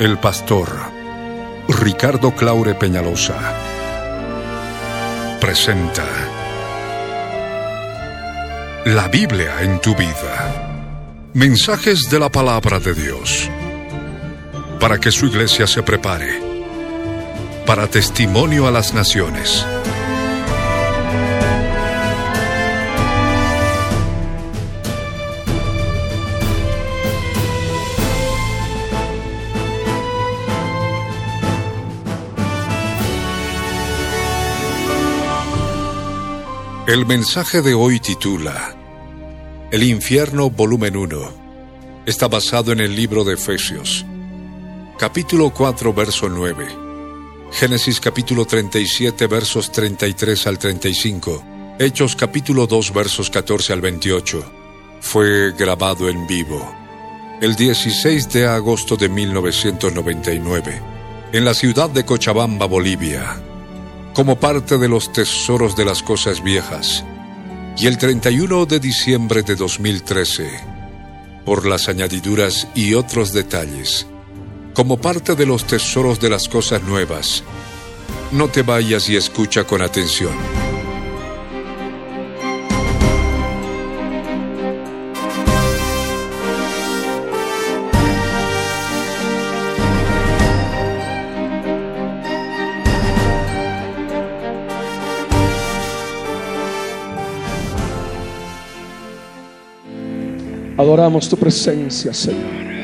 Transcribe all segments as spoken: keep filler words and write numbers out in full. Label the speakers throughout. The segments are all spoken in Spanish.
Speaker 1: El pastor Ricardo Claure Peñalosa presenta La Biblia en tu vida. Mensajes de la palabra de Dios para que su iglesia se prepare para testimonio a las naciones. El mensaje de hoy titula El infierno volumen uno. Está basado en el libro de Efesios, capítulo cuatro, verso nueve. Génesis capítulo treinta y siete, versos treinta y tres al treinta y cinco. Hechos capítulo dos, versos catorce al veintiocho. Fue grabado en vivo el dieciséis de agosto de mil novecientos noventa y nueve en la ciudad de Cochabamba, Bolivia, como parte de los tesoros de las cosas viejas, y el treinta y uno de diciembre de dos mil trece, por las añadiduras y otros detalles, como parte de los tesoros de las cosas nuevas. No te vayas y escucha con atención.
Speaker 2: Adoramos tu presencia, Señor.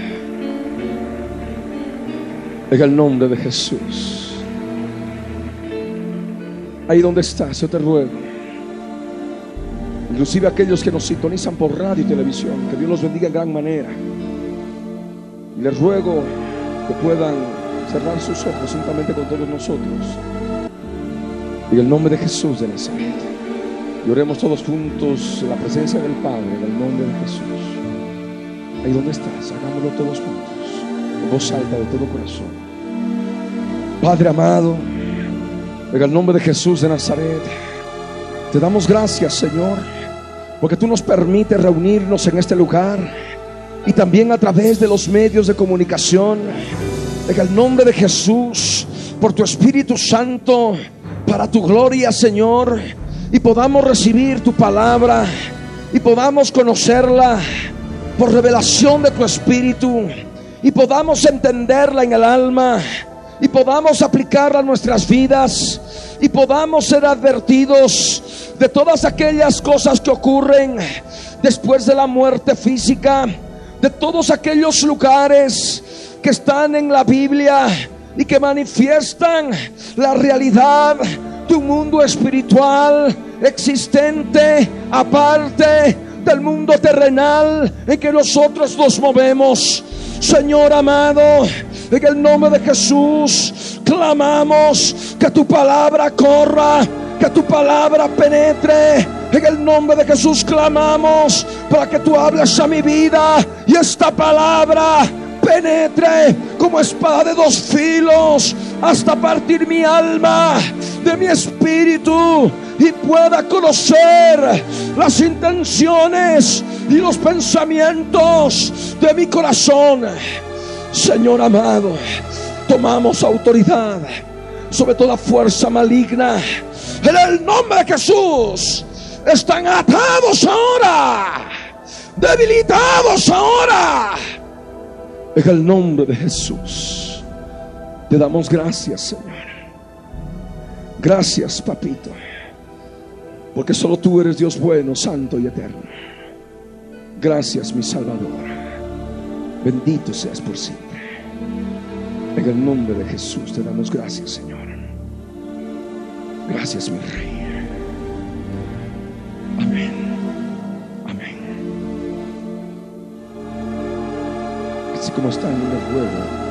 Speaker 2: En el nombre de Jesús. Ahí donde estás, yo te ruego, inclusive aquellos que nos sintonizan por radio y televisión, que Dios los bendiga en gran manera. Y les ruego que puedan cerrar sus ojos juntamente con todos nosotros. En el nombre de Jesús de Nazaret. Y oremos todos juntos en la presencia del Padre, en el nombre de Jesús. Ahí donde estás, hagámoslo todos juntos, en voz alta de todo corazón. Padre amado, en el nombre de Jesús de Nazaret, te damos gracias, Señor, porque tú nos permites reunirnos en este lugar y también a través de los medios de comunicación. En el nombre de Jesús, por tu Espíritu Santo, para tu gloria, Señor, y podamos recibir tu palabra y podamos conocerla por revelación de tu Espíritu, y podamos entenderla en el alma, y podamos aplicarla a nuestras vidas, y podamos ser advertidos de todas aquellas cosas que ocurren después de la muerte física, de todos aquellos lugares que están en la Biblia y que manifiestan la realidad de un mundo espiritual existente aparte del mundo terrenal en que nosotros nos movemos. Señor amado, en el nombre de Jesús clamamos que tu palabra corra, que tu palabra penetre. En el nombre de Jesús clamamos para que tú hables a mi vida y esta palabra penetre como espada de dos filos hasta partir mi alma de mi espíritu, y pueda conocer las intenciones y los pensamientos de mi corazón. Señor amado, tomamos autoridad sobre toda fuerza maligna. En el nombre de Jesús, están atados ahora, debilitados ahora. En el nombre de Jesús, te damos gracias, Señor. Gracias, papito, porque solo tú eres Dios bueno, santo y eterno. Gracias, mi Salvador. Bendito seas por siempre. En el nombre de Jesús te damos gracias, Señor. Gracias, mi Rey. Amén. Amén. Así como están, les ruego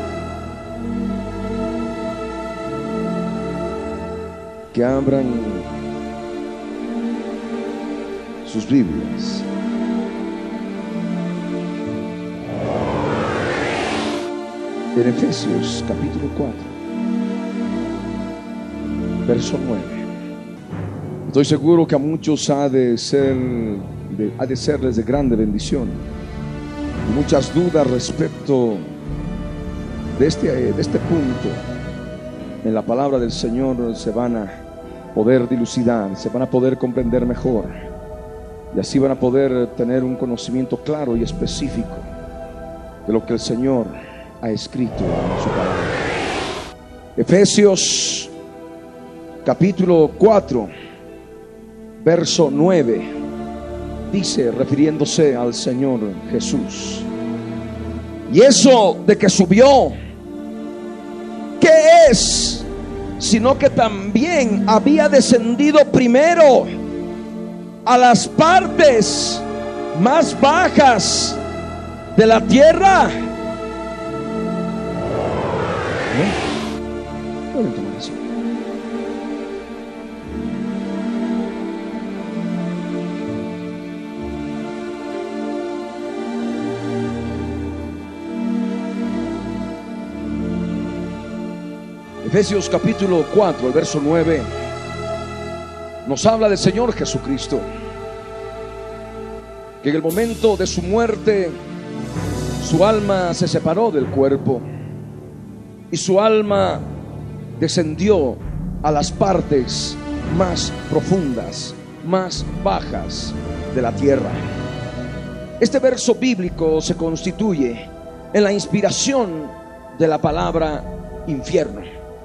Speaker 2: que abran sus Biblias en Efesios capítulo cuatro, verso nueve. Estoy seguro que a muchos ha de ser de, ha de serles de grande bendición. Muchas dudas respecto de este, de este punto en la palabra del Señor se van a poder dilucidar, se van a poder comprender mejor, y así van a poder tener un conocimiento claro y específico de lo que el Señor ha escrito en su palabra. Efesios capítulo cuatro, verso nueve, dice, refiriéndose al Señor Jesús: y eso de que subió, ¿qué es? Sino que también había descendido primero a las partes más bajas de la tierra. Pueden tomar eso. Efesios capítulo cuatro, el verso nueve, nos habla del Señor Jesucristo, que en el momento de su muerte su alma se separó del cuerpo y su alma descendió a las partes más profundas, más bajas de la tierra. Este verso bíblico se constituye en la inspiración de la palabra infierno.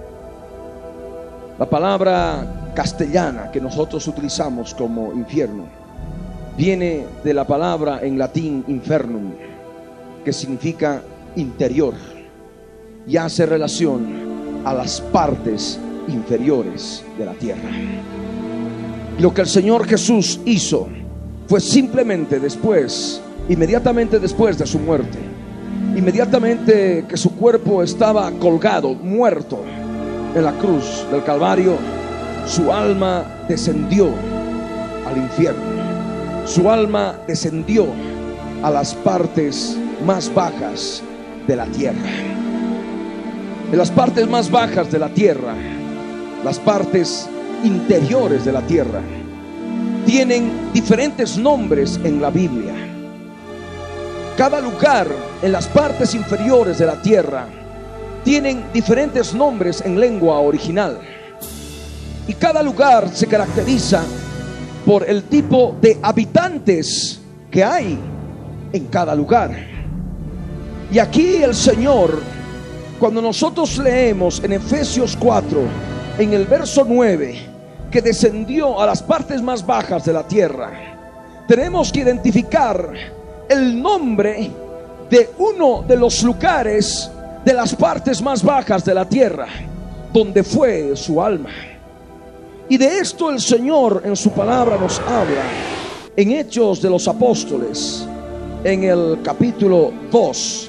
Speaker 2: La palabra castellana que nosotros utilizamos como infierno viene de la palabra en latín infernum, que significa interior, y hace relación a las partes inferiores de la tierra. Y lo que el Señor Jesús hizo fue simplemente después, inmediatamente después de su muerte, inmediatamente que su cuerpo estaba colgado, muerto en la cruz del Calvario, su alma descendió al infierno. Su alma descendió a las partes más bajas de la tierra. En las partes más bajas de la tierra, las partes interiores de la tierra, tienen diferentes nombres en la Biblia. Cada lugar en las partes inferiores de la tierra tienen diferentes nombres en lengua original, y cada lugar se caracteriza por el tipo de habitantes que hay en cada lugar. Y aquí el Señor, cuando nosotros leemos en Efesios cuatro, en el verso nueve, que descendió a las partes más bajas de la tierra, tenemos que identificar el nombre de uno de los lugares de las partes más bajas de la tierra donde fue su alma. Y de esto el Señor en su palabra nos habla en Hechos de los Apóstoles, en el capítulo dos,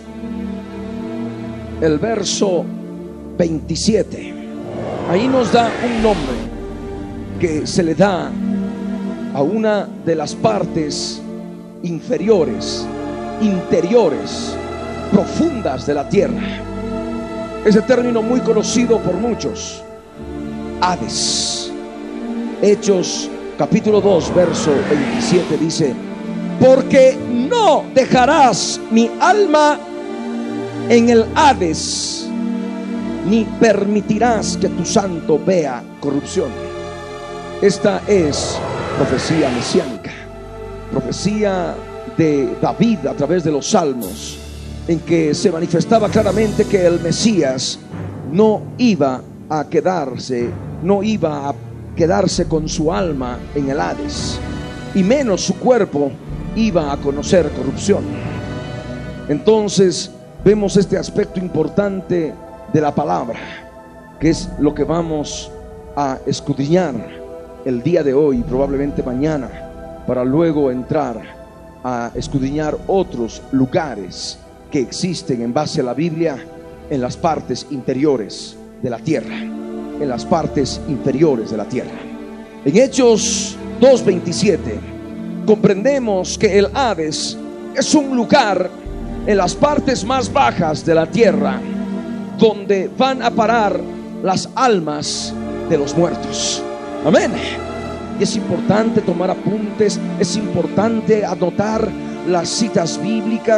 Speaker 2: el verso veintisiete. Ahí nos da un nombre que se le da a una de las partes inferiores, interiores, profundas de la tierra. Ese término muy conocido por muchos, Hades. Hechos capítulo dos, verso veintisiete dice: porque no dejarás mi alma en el Hades, ni permitirás que tu santo vea corrupción. Esta es profecía mesiánica, profecía de David a través de los salmos, en que se manifestaba claramente que el Mesías no iba a quedarse, no iba a quedarse con su alma en el Hades, y menos su cuerpo iba a conocer corrupción. Entonces vemos este aspecto importante de la palabra, que es lo que vamos a escudriñar el día de hoy y probablemente mañana, para luego entrar a escudriñar otros lugares que existen en base a la Biblia en las partes interiores de la tierra, en las partes inferiores de la tierra. En Hechos dos veintisiete comprendemos que el Hades es un lugar en las partes más bajas de la tierra donde van a parar las almas de los muertos. Amén. Y es importante tomar apuntes, es importante anotar las citas bíblicas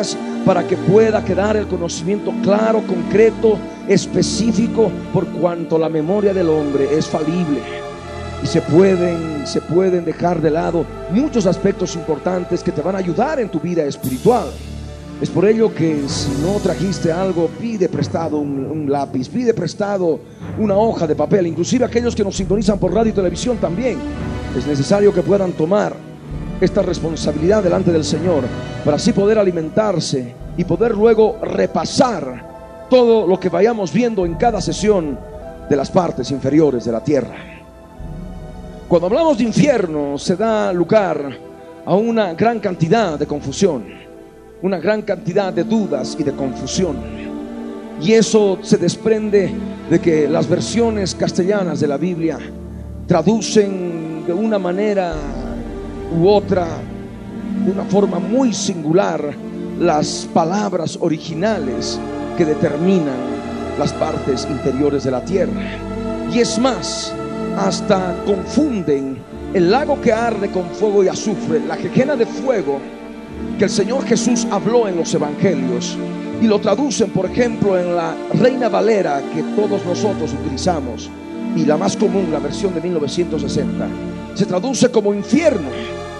Speaker 2: para que pueda quedar el conocimiento claro, concreto, específico, por cuanto la memoria del hombre es falible y se pueden, se pueden dejar de lado muchos aspectos importantes que te van a ayudar en tu vida espiritual. Es por ello que si no trajiste algo, pide prestado un, un lápiz, pide prestado una hoja de papel. Inclusive aquellos que nos sintonizan por radio y televisión también es necesario que puedan tomar esta responsabilidad delante del Señor, para así poder alimentarse y poder luego repasar todo lo que vayamos viendo en cada sesión de las partes inferiores de la tierra. Cuando hablamos de infierno, se da lugar a una gran cantidad de confusión, una gran cantidad de dudas y de confusión. Y eso se desprende de que las versiones castellanas de la Biblia traducen de una manera u otra, de una forma muy singular, las palabras originales que determinan las partes interiores de la tierra. Y es más, hasta confunden el lago que arde con fuego y azufre, la Gehenna de fuego, que el Señor Jesús habló en los evangelios, y lo traducen, por ejemplo, en la Reina Valera que todos nosotros utilizamos, y la más común, la versión de mil novecientos sesenta, se traduce como infierno.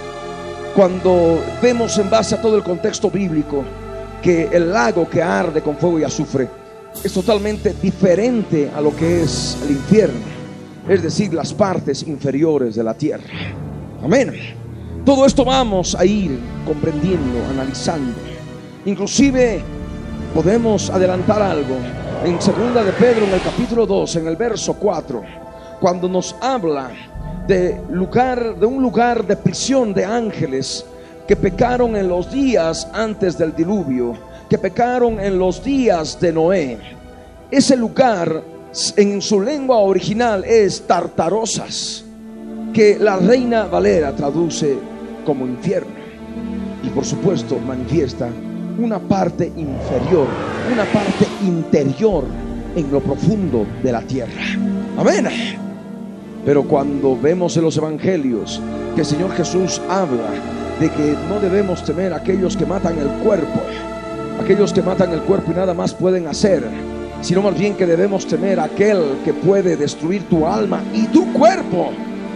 Speaker 2: Cuando vemos en base a todo el contexto bíblico que el lago que arde con fuego y azufre es totalmente diferente a lo que es el infierno, es decir, las partes inferiores de la tierra. Amén. Todo esto vamos a ir comprendiendo, analizando. Inclusive podemos adelantar algo en segunda de Pedro, en el capítulo dos, en el verso cuatro, cuando nos habla de lugar, de un lugar de prisión de ángeles que pecaron en los días antes del diluvio, que pecaron en los días de Noé. Ese lugar en su lengua original es Tartarosas, que la Reina Valera traduce como infierno, y por supuesto manifiesta una parte inferior, una parte interior en lo profundo de la tierra. Amén. Pero cuando vemos en los evangelios que el Señor Jesús habla de que no debemos temer a aquellos que matan el cuerpo, aquellos que matan el cuerpo y nada más pueden hacer, sino más bien que debemos temer a aquel que puede destruir tu alma y tu cuerpo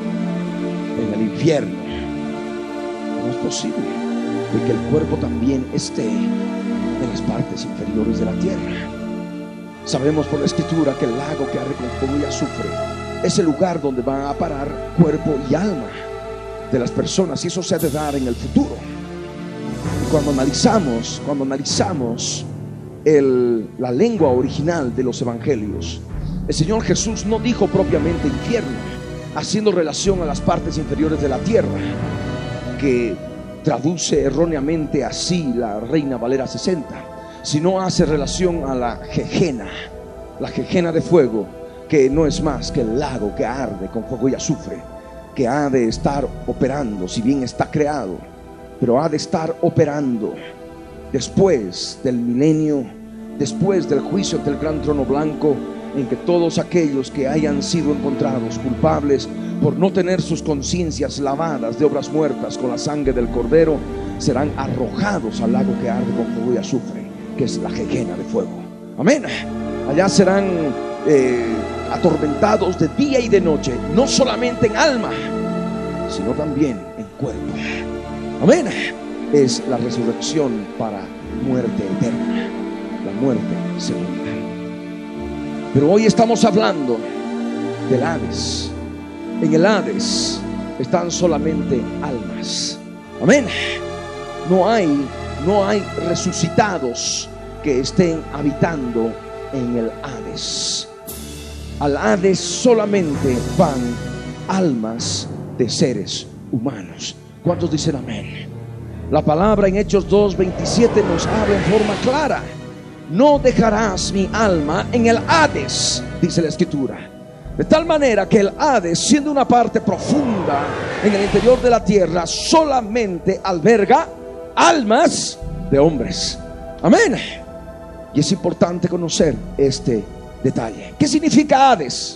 Speaker 2: en el infierno. No es posible de que el cuerpo también esté en las partes inferiores de la tierra. Sabemos por la Escritura que el lago que arde con fuego y azufre es el lugar donde van a parar cuerpo y alma de las personas, y eso se ha de dar en el futuro. Y cuando analizamos, cuando analizamos el, la lengua original de los evangelios, el Señor Jesús no dijo propiamente infierno, haciendo relación a las partes inferiores de la tierra, que traduce erróneamente así la Reina Valera sesenta, sino hace relación a la Gehenna, la Gehenna de fuego, que no es más que el lago que arde con fuego y azufre, que ha de estar operando, si bien está creado, pero ha de estar operando después del milenio, después del juicio del gran trono blanco, en que todos aquellos que hayan sido encontrados culpables por no tener sus conciencias lavadas de obras muertas con la sangre del Cordero, serán arrojados al lago que arde con fuego y azufre, que es la Gehenna de fuego. Amén. Allá serán eh, atormentados de día y de noche, no solamente en alma, sino también en cuerpo. Amén. Es la resurrección para muerte eterna, la muerte segunda. Pero hoy estamos hablando del Hades. En el Hades están solamente almas. Amén. No hay, no hay resucitados que estén habitando en el Hades. Al Hades solamente van almas de seres humanos. ¿Cuántos dicen amén? La palabra en Hechos dos veintisiete nos habla en forma clara: no dejarás mi alma en el Hades, dice la Escritura. De tal manera que el Hades, siendo una parte profunda en el interior de la tierra, solamente alberga almas de hombres. Amén. Y es importante conocer este detalle. ¿Qué significa Hades?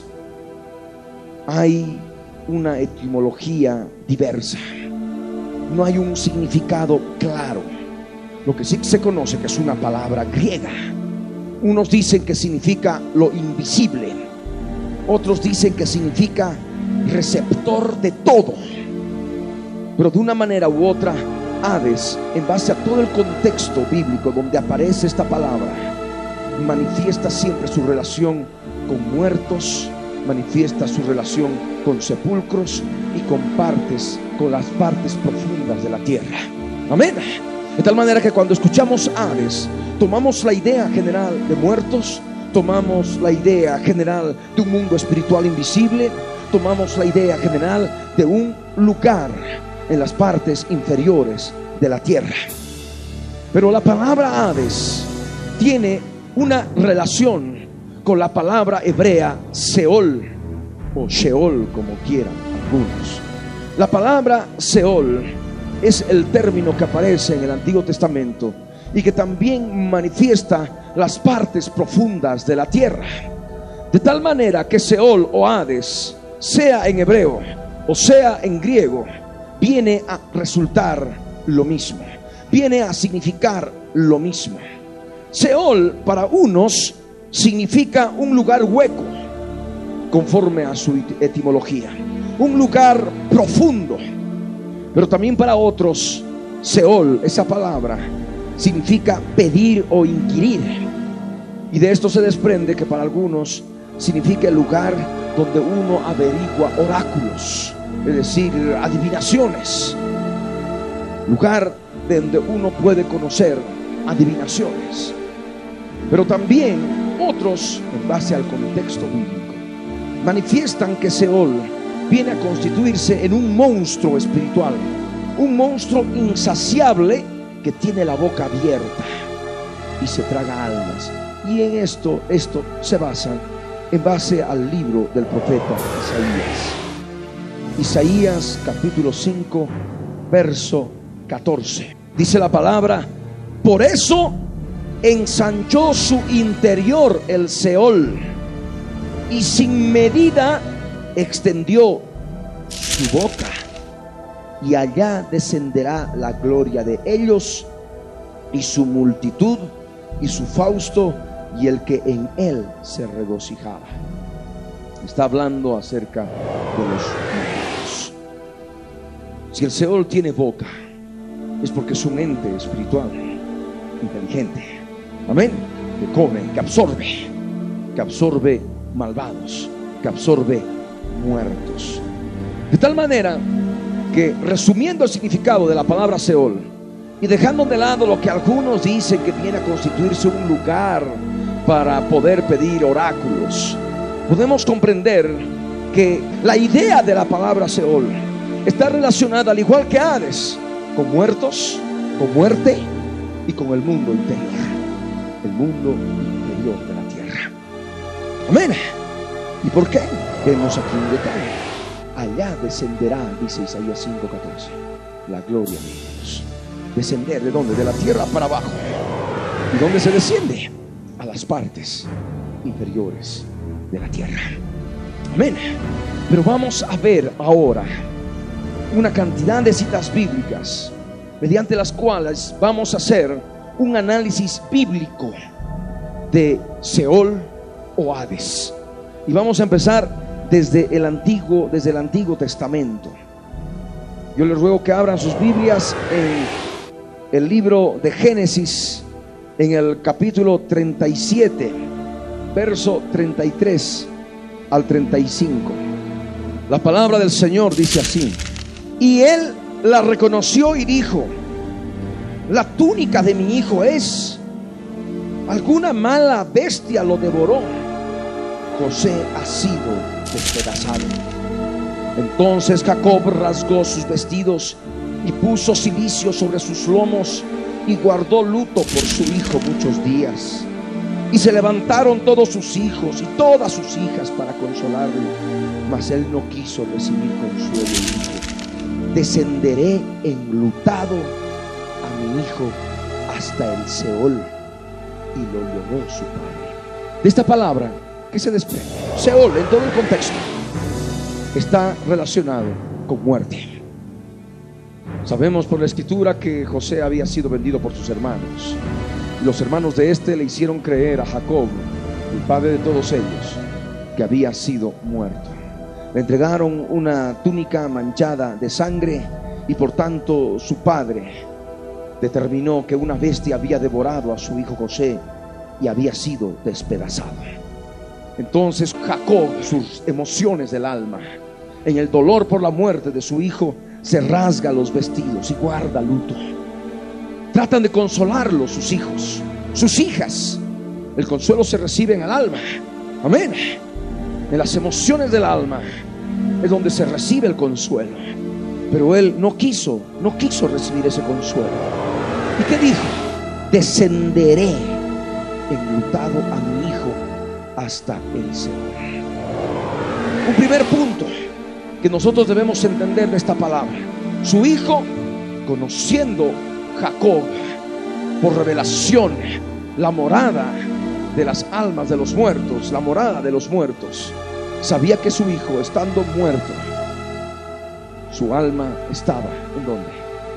Speaker 2: Hay una etimología diversa, no hay un significado claro. lo que sí se conoce que es una palabra griega. Unos dicen que significa lo invisible, otros dicen que significa receptor de todo. Pero de una manera u otra, Hades, en base a todo el contexto bíblico donde aparece esta palabra, manifiesta siempre su relación con muertos, manifiesta su relación con sepulcros y con partes, con las partes profundas de la tierra. Amén. De tal manera que cuando escuchamos Hades, tomamos la idea general de muertos, tomamos la idea general de un mundo espiritual invisible, tomamos la idea general de un lugar en las partes inferiores de la tierra. Pero la palabra Hades tiene una relación con la palabra hebrea Seol, o Sheol, como quieran algunos. La palabra Seol es el término que aparece en el Antiguo Testamento y que también manifiesta las partes profundas de la tierra. De tal manera que Seol o Hades, sea en hebreo o sea en griego, viene a resultar lo mismo, viene a significar lo mismo. Seol para unos significa un lugar hueco, conforme a su etimología, un lugar profundo. Pero también para otros, Seol, esa palabra, significa pedir o inquirir. Y de esto se desprende que para algunos significa el lugar donde uno averigua oráculos, es decir, adivinaciones. Lugar donde uno puede conocer adivinaciones. Pero también otros, en base al contexto bíblico, manifiestan que Seol viene a constituirse en un monstruo espiritual, un monstruo insaciable que tiene la boca abierta y se traga almas. Y en esto, esto se basa en base al libro del profeta Isaías. Isaías capítulo cinco, verso catorce. Dice la palabra: por eso ensanchó su interior el Seol, y sin medida extendió su boca, y allá descenderá la gloria de ellos, y su multitud, y su fausto, y el que en él se regocijaba. Está hablando acerca de los muertos. Si el Seol tiene boca, es porque es un ente espiritual inteligente. Amén. Que come, que absorbe, que absorbe malvados, que absorbe muertos. De tal manera que, resumiendo el significado de la palabra Seol y dejando de lado lo que algunos dicen que viene a constituirse un lugar para poder pedir oráculos, podemos comprender que la idea de la palabra Seol está relacionada, al igual que Hades, con muertos, con muerte y con el mundo interior, el mundo interior de la tierra. Amén. ¿Y por qué? Vemos aquí un detalle. Allá descenderá, dice Isaías cinco catorce, la gloria de Dios. Descender, ¿de dónde? De la tierra para abajo. ¿Y dónde se desciende? A las partes inferiores de la tierra. Amén. Pero vamos a ver ahora una cantidad de citas bíblicas mediante las cuales vamos a hacer un análisis bíblico de Seol o Hades. Y vamos a empezar desde el antiguo, desde el Antiguo Testamento. Yo les ruego que abran sus Biblias en el libro de Génesis, en el capítulo treinta y siete, verso treinta y tres al treinta y cinco. La palabra del Señor dice así: y él la reconoció y dijo: la túnica de mi hijo es, alguna mala bestia lo devoró, José ha sido despedazado. Entonces Jacob rasgó sus vestidos y puso cilicio sobre sus lomos y guardó luto por su hijo muchos días. Y se levantaron todos sus hijos y todas sus hijas para consolarlo, mas él no quiso recibir consuelo y dijo: descenderé enlutado a mi hijo hasta el Seol. Y lo lloró su padre. De esta palabra, ¿qué se desprende? Seol, en todo el contexto, está relacionado con muerte. Sabemos por la escritura que José había sido vendido por sus hermanos. Los hermanos de este le hicieron creer a Jacob, el padre de todos ellos, que había sido muerto. Le entregaron una túnica manchada de sangre y por tanto su padre determinó que una bestia había devorado a su hijo José y había sido despedazado. Entonces Jacob, sus emociones del alma, en el dolor por la muerte de su hijo, se rasga los vestidos y guarda luto. Tratan de consolarlo sus hijos, sus hijas. El consuelo se recibe en el alma. Amén. En las emociones del alma es donde se recibe el consuelo. Pero él no quiso, no quiso recibir ese consuelo. ¿Y qué dijo? Descenderé enlutado a mi hijo hasta el Seol. Un primer punto que nosotros debemos entender de esta palabra: su hijo, conociendo Jacob por revelación la morada de las almas de los muertos, la morada de los muertos, sabía que su hijo, estando muerto, su alma estaba ¿en dónde?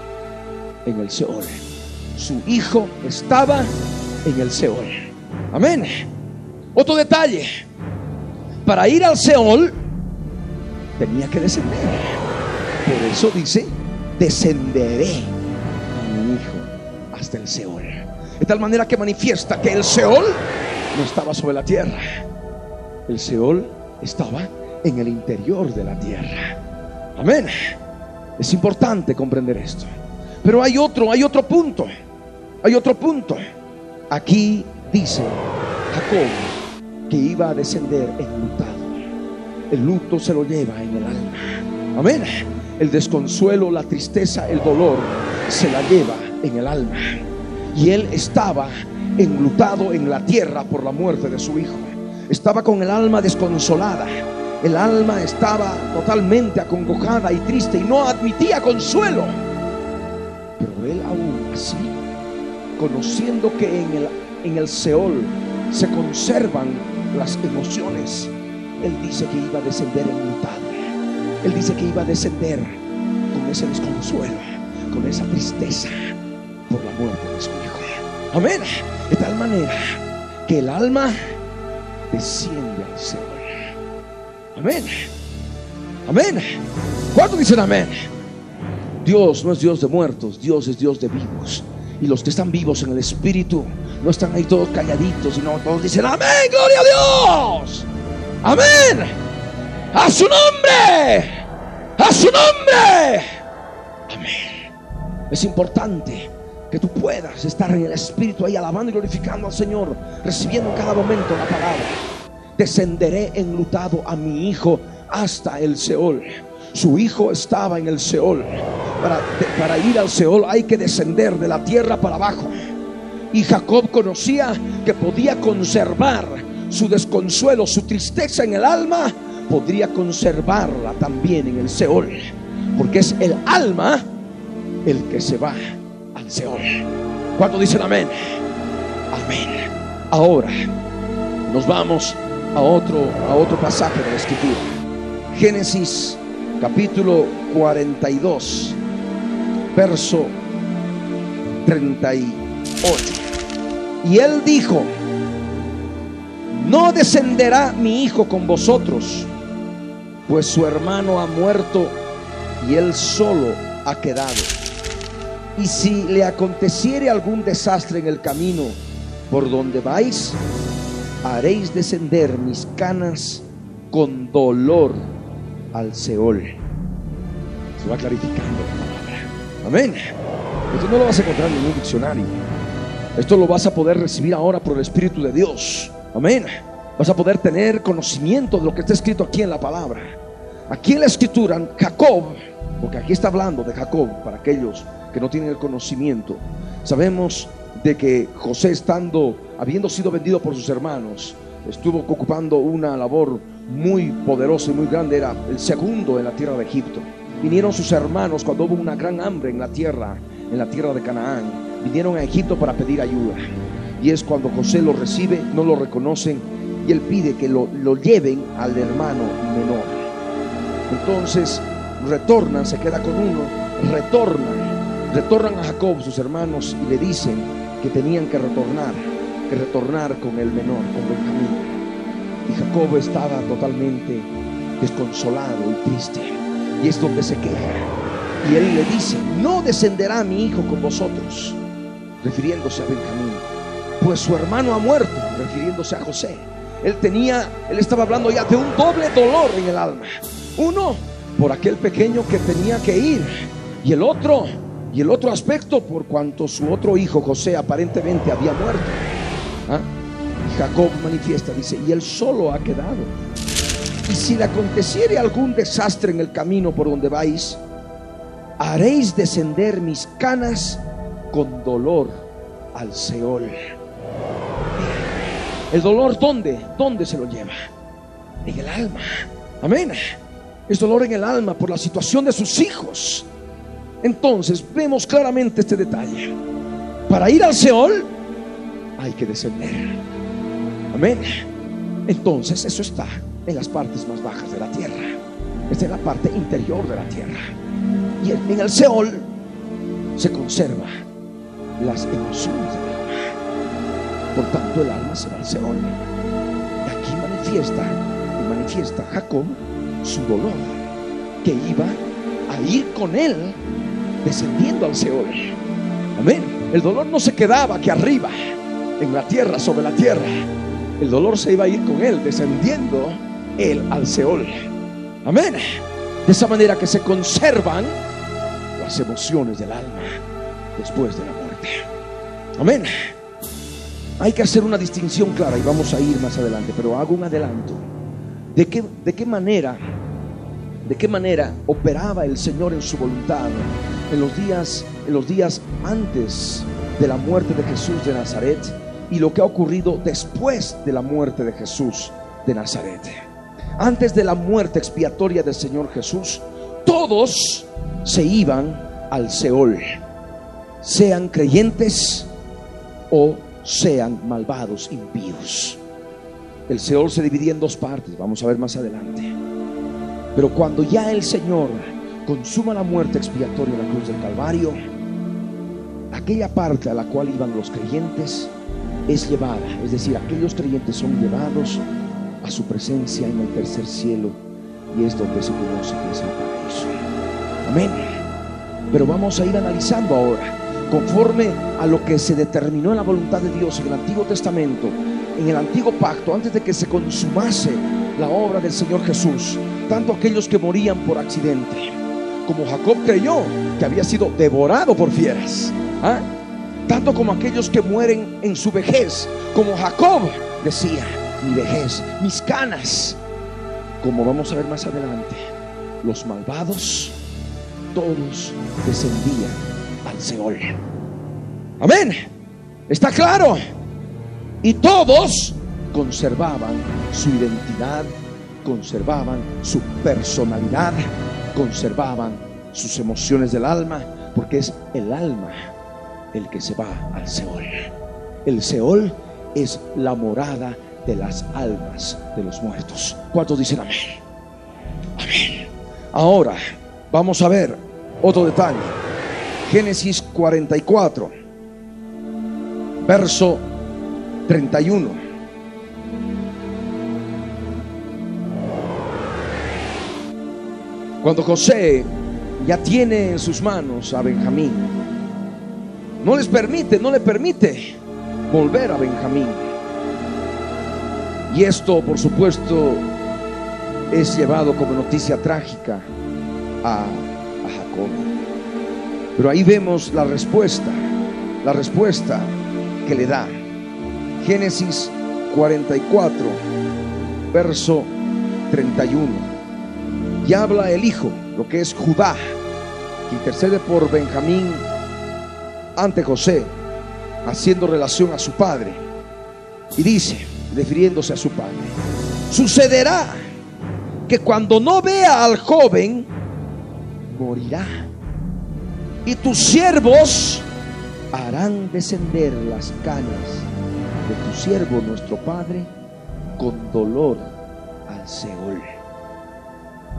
Speaker 2: En el Seol. Su hijo estaba en el Seol. Amén. Otro detalle: para ir al Seol tenía que descender. Por eso dice: descenderé a mi hijo hasta el Seol. De tal manera que manifiesta que el Seol no estaba sobre la tierra. El Seol estaba en el interior de la tierra. Amén. Es importante comprender esto. Pero hay otro, hay otro punto. Hay otro punto. Aquí dice Jacob que iba a descender enlutado. El luto se lo lleva en el alma. Amén. El desconsuelo, la tristeza, el dolor se la lleva en el alma. Y él estaba enlutado en la tierra por la muerte de su hijo. Estaba con el alma desconsolada. El alma estaba totalmente acongojada y triste y no admitía consuelo. Pero él aún así, conociendo que en el, en el Seol se conservan las emociones, él dice que iba a descender enlutado. Él dice que iba a descender con ese desconsuelo, con esa tristeza por la muerte de su hijo. Amén. De tal manera que el alma desciende al Seol. Amén. Amén. ¿Cuántos dicen amén? Dios no es Dios de muertos, Dios es Dios de vivos. Y los que están vivos en el espíritu no están ahí todos calladitos, sino todos dicen amén, gloria a Dios. Amén. A su nombre, a su nombre. Amén. Es importante que tú puedas estar en el espíritu ahí alabando y glorificando al Señor, recibiendo en cada momento la palabra. Descenderé enlutado a mi hijo hasta el Seol. Su hijo estaba en el Seol. Para, para ir al Seol hay que descender de la tierra para abajo. Y Jacob conocía que podía conservar su desconsuelo, su tristeza en el alma, podría conservarla también en el Seol, porque es el alma el que se va al Seol. ¿Cuántos dicen amén? Amén. Ahora nos vamos a otro, a otro pasaje de la Escritura. Génesis capítulo cuarenta y dos, verso treinta y ocho. Y él dijo: no descenderá mi hijo con vosotros, pues su hermano ha muerto y él solo ha quedado. Y si le aconteciere algún desastre en el camino por donde vais, haréis descender mis canas con dolor al Seol. Se va clarificando la palabra. Amén. Esto no lo vas a encontrar en ningún diccionario. Esto lo vas a poder recibir ahora por el Espíritu de Dios. Amén. Vas a poder tener conocimiento de lo que está escrito aquí en la palabra. Aquí en la escritura, Jacob, porque aquí está hablando de Jacob para aquellos que no tienen el conocimiento. Sabemos de que José, estando, habiendo sido vendido por sus hermanos, estuvo ocupando una labor muy poderosa y muy grande. Era el segundo en la tierra de Egipto. Vinieron sus hermanos cuando hubo una gran hambre en la tierra, en la tierra de Canaán. Vinieron a Egipto para pedir ayuda. Y es cuando José lo recibe, no lo reconocen, y él pide que lo, lo lleven al hermano menor. Entonces retornan, se queda con uno, retornan, retornan a Jacob sus hermanos y le dicen que tenían que retornar, que retornar con el menor, con Benjamín. Y Jacob estaba totalmente desconsolado y triste, y es donde se queja. Y él le dice: no descenderá mi hijo con vosotros, refiriéndose a Benjamín, pues su hermano ha muerto, refiriéndose a José. Él tenía, él estaba hablando ya de un doble dolor en el alma. Uno, por aquel pequeño que tenía que ir, y el otro, y el otro aspecto, por cuanto su otro hijo José aparentemente había muerto. ¿Ah? Y Jacob manifiesta, dice: y él solo ha quedado. Y si le aconteciere algún desastre en el camino por donde vais, haréis descender mis canas con dolor al Seol. El dolor, ¿dónde? ¿Dónde se lo lleva? En el alma. Amén. Es dolor en el alma por la situación de sus hijos. Entonces vemos claramente este detalle. Para ir al Seol hay que descender. Amén. Entonces eso está en las partes más bajas de la tierra. Está en la parte interior de la tierra. Y en el Seol se conserva las emociones del alma. Por tanto, el alma se va al Seol. Y aquí manifiesta, y manifiesta Jacob su dolor, que iba a ir con él descendiendo al Seol. Amén. El dolor no se quedaba aquí arriba en la tierra, sobre la tierra. El dolor se iba a ir con él descendiendo él al Seol. Amén. De esa manera que se conservan las emociones del alma después de la muerte. Amén. Hay que hacer una distinción clara y vamos a ir más adelante, pero hago un adelanto. ¿De qué, de qué manera, de qué manera operaba el Señor en su voluntad en los días, en los días antes de la muerte de Jesús de Nazaret y lo que ha ocurrido después de la muerte de Jesús de Nazaret? Antes de la muerte expiatoria del Señor Jesús, todos se iban al Seol, sean creyentes o sean malvados, impíos. El Seol se dividía en dos partes, vamos a ver más adelante. Pero cuando ya el Señor consuma la muerte expiatoria en la cruz del Calvario, aquella parte a la cual iban los creyentes es llevada, es decir, aquellos creyentes son llevados a su presencia en el tercer cielo, y es donde se conoce que es el paraíso. Amén. Pero vamos a ir analizando ahora, conforme a lo que se determinó en la voluntad de Dios en el Antiguo Testamento, en el Antiguo Pacto, antes de que se consumase la obra del Señor Jesús. Tanto aquellos que morían por accidente, como Jacob creyó que había sido devorado por fieras, ¿ah? Tanto como aquellos que mueren en su vejez, como Jacob decía: mi vejez, mis canas. Como vamos a ver más adelante, los malvados todos descendían al Seol. Amén. ¿Está claro? Y todos conservaban su identidad, conservaban su personalidad, conservaban sus emociones del alma, porque es el alma el que se va al Seol. El Seol es la morada de las almas de los muertos. ¿Cuántos dicen amén? Amén. Ahora vamos a ver otro detalle. Génesis cuarenta y cuatro, verso treinta y uno. Cuando José ya tiene en sus manos a Benjamín, no les permite, no le permite volver a Benjamín. Y esto, por supuesto, es llevado como noticia trágica a, a Jacob. Pero ahí vemos la respuesta, la respuesta que le da. Génesis cuarenta y cuatro, verso treinta y uno. Y habla el hijo, lo que es Judá, que intercede por Benjamín ante José, haciendo relación a su padre. Y dice, refiriéndose a su padre: sucederá que cuando no vea al joven, morirá, y tus siervos harán descender las canas de tu siervo nuestro padre con dolor al Seol.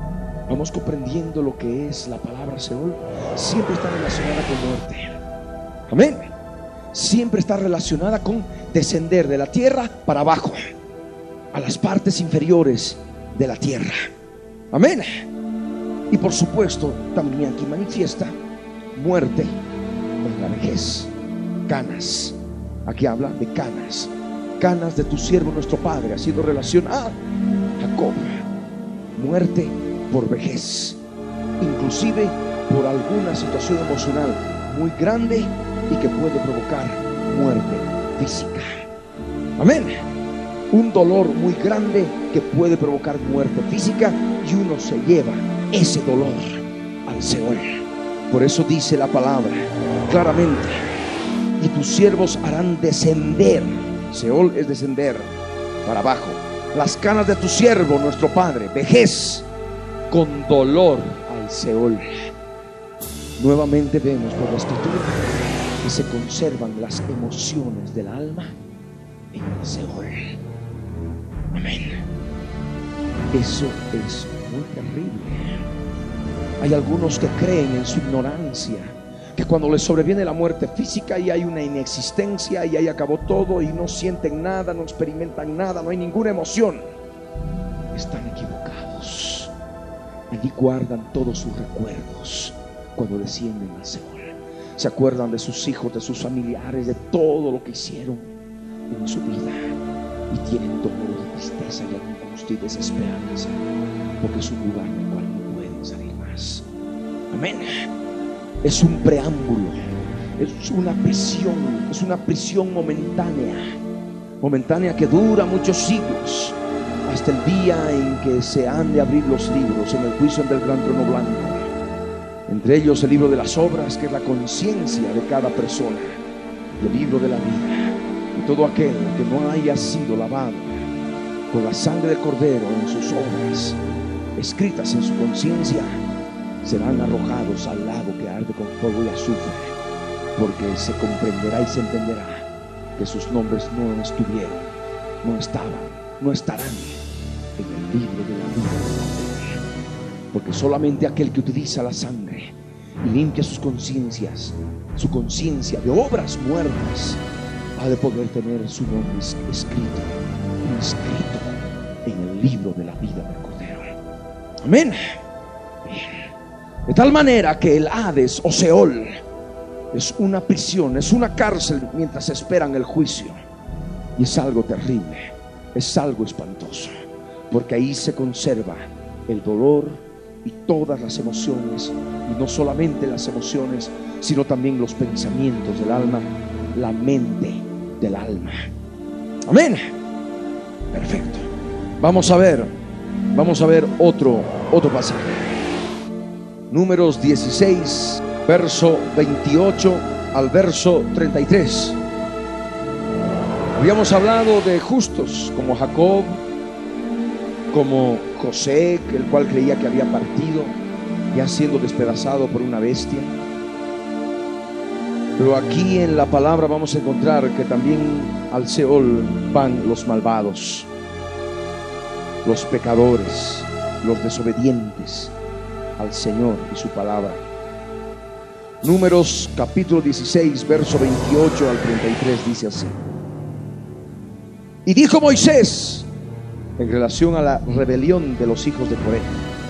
Speaker 2: vamos comprendiendo lo que es la palabra Seol. Siempre está relacionada con muerte. Amén. Siempre está relacionada con descender de la tierra para abajo, a las partes inferiores de la tierra. Amén. Y por supuesto también aquí manifiesta muerte en la vejez, canas. Aquí habla de canas, canas de tu siervo nuestro padre, haciendo relación a Jacob. Muerte por vejez, inclusive por alguna situación emocional muy grande y que puede provocar muerte física. Amén. Un dolor muy grande que puede provocar muerte física, y uno se lleva ese dolor al Seol. Por eso dice la palabra claramente: y tus siervos harán descender. Seol es descender para abajo. Las canas de tu siervo nuestro padre, vejez, con dolor al Seol. Nuevamente vemos por la escritura que se conservan las emociones del alma en el Seol. Amén. Eso es muy terrible. Hay algunos que creen en su ignorancia que cuando les sobreviene la muerte física y hay una inexistencia y ahí acabó todo y no sienten nada, no experimentan nada, no hay ninguna emoción. Están equivocados. Allí guardan todos sus recuerdos cuando descienden al Seol. Se acuerdan de sus hijos, de sus familiares, de todo lo que hicieron en su vida, y tienen dolor, tristeza y angustia y desesperanza, porque es un lugar del cual no pueden salir más. Amén. Es un preámbulo, es una prisión, es una prisión momentánea, momentánea que dura muchos siglos, hasta el día en que se han de abrir los libros en el juicio del gran trono blanco. Entre ellos el libro de las obras, que es la conciencia de cada persona, y el libro de la vida. Y todo aquel que no haya sido lavado con la sangre del Cordero en sus obras escritas en su conciencia, serán arrojados al lago que arde con fuego y azufre, porque se comprenderá y se entenderá que sus nombres no estuvieron, no estaban, no estarán en el libro de la vida, porque solamente aquel que utiliza la sangre y limpia sus conciencias, su conciencia de obras muertas, ha de poder tener su nombre escrito, inscrito en el libro de la vida del Cordero. Amén. Bien. De tal manera que el Hades o Seol es una prisión, es una cárcel mientras esperan el juicio. Y es algo terrible, es algo espantoso, porque ahí se conserva el dolor y todas las emociones, y no solamente las emociones, sino también los pensamientos del alma, la mente del alma. Amén. Perfecto. Vamos a ver, vamos a ver otro, otro pasaje. Números dieciséis, verso veintiocho al verso treinta y tres. Habíamos hablado de justos como Jacob, como José, el cual creía que había partido, ya siendo despedazado por una bestia. Pero aquí en la palabra vamos a encontrar que también al Seol van los malvados, los pecadores, los desobedientes al Señor y su palabra. Números capítulo dieciséis, verso veintiocho al treinta y tres dice así: y dijo Moisés en relación a la rebelión de los hijos de Coré: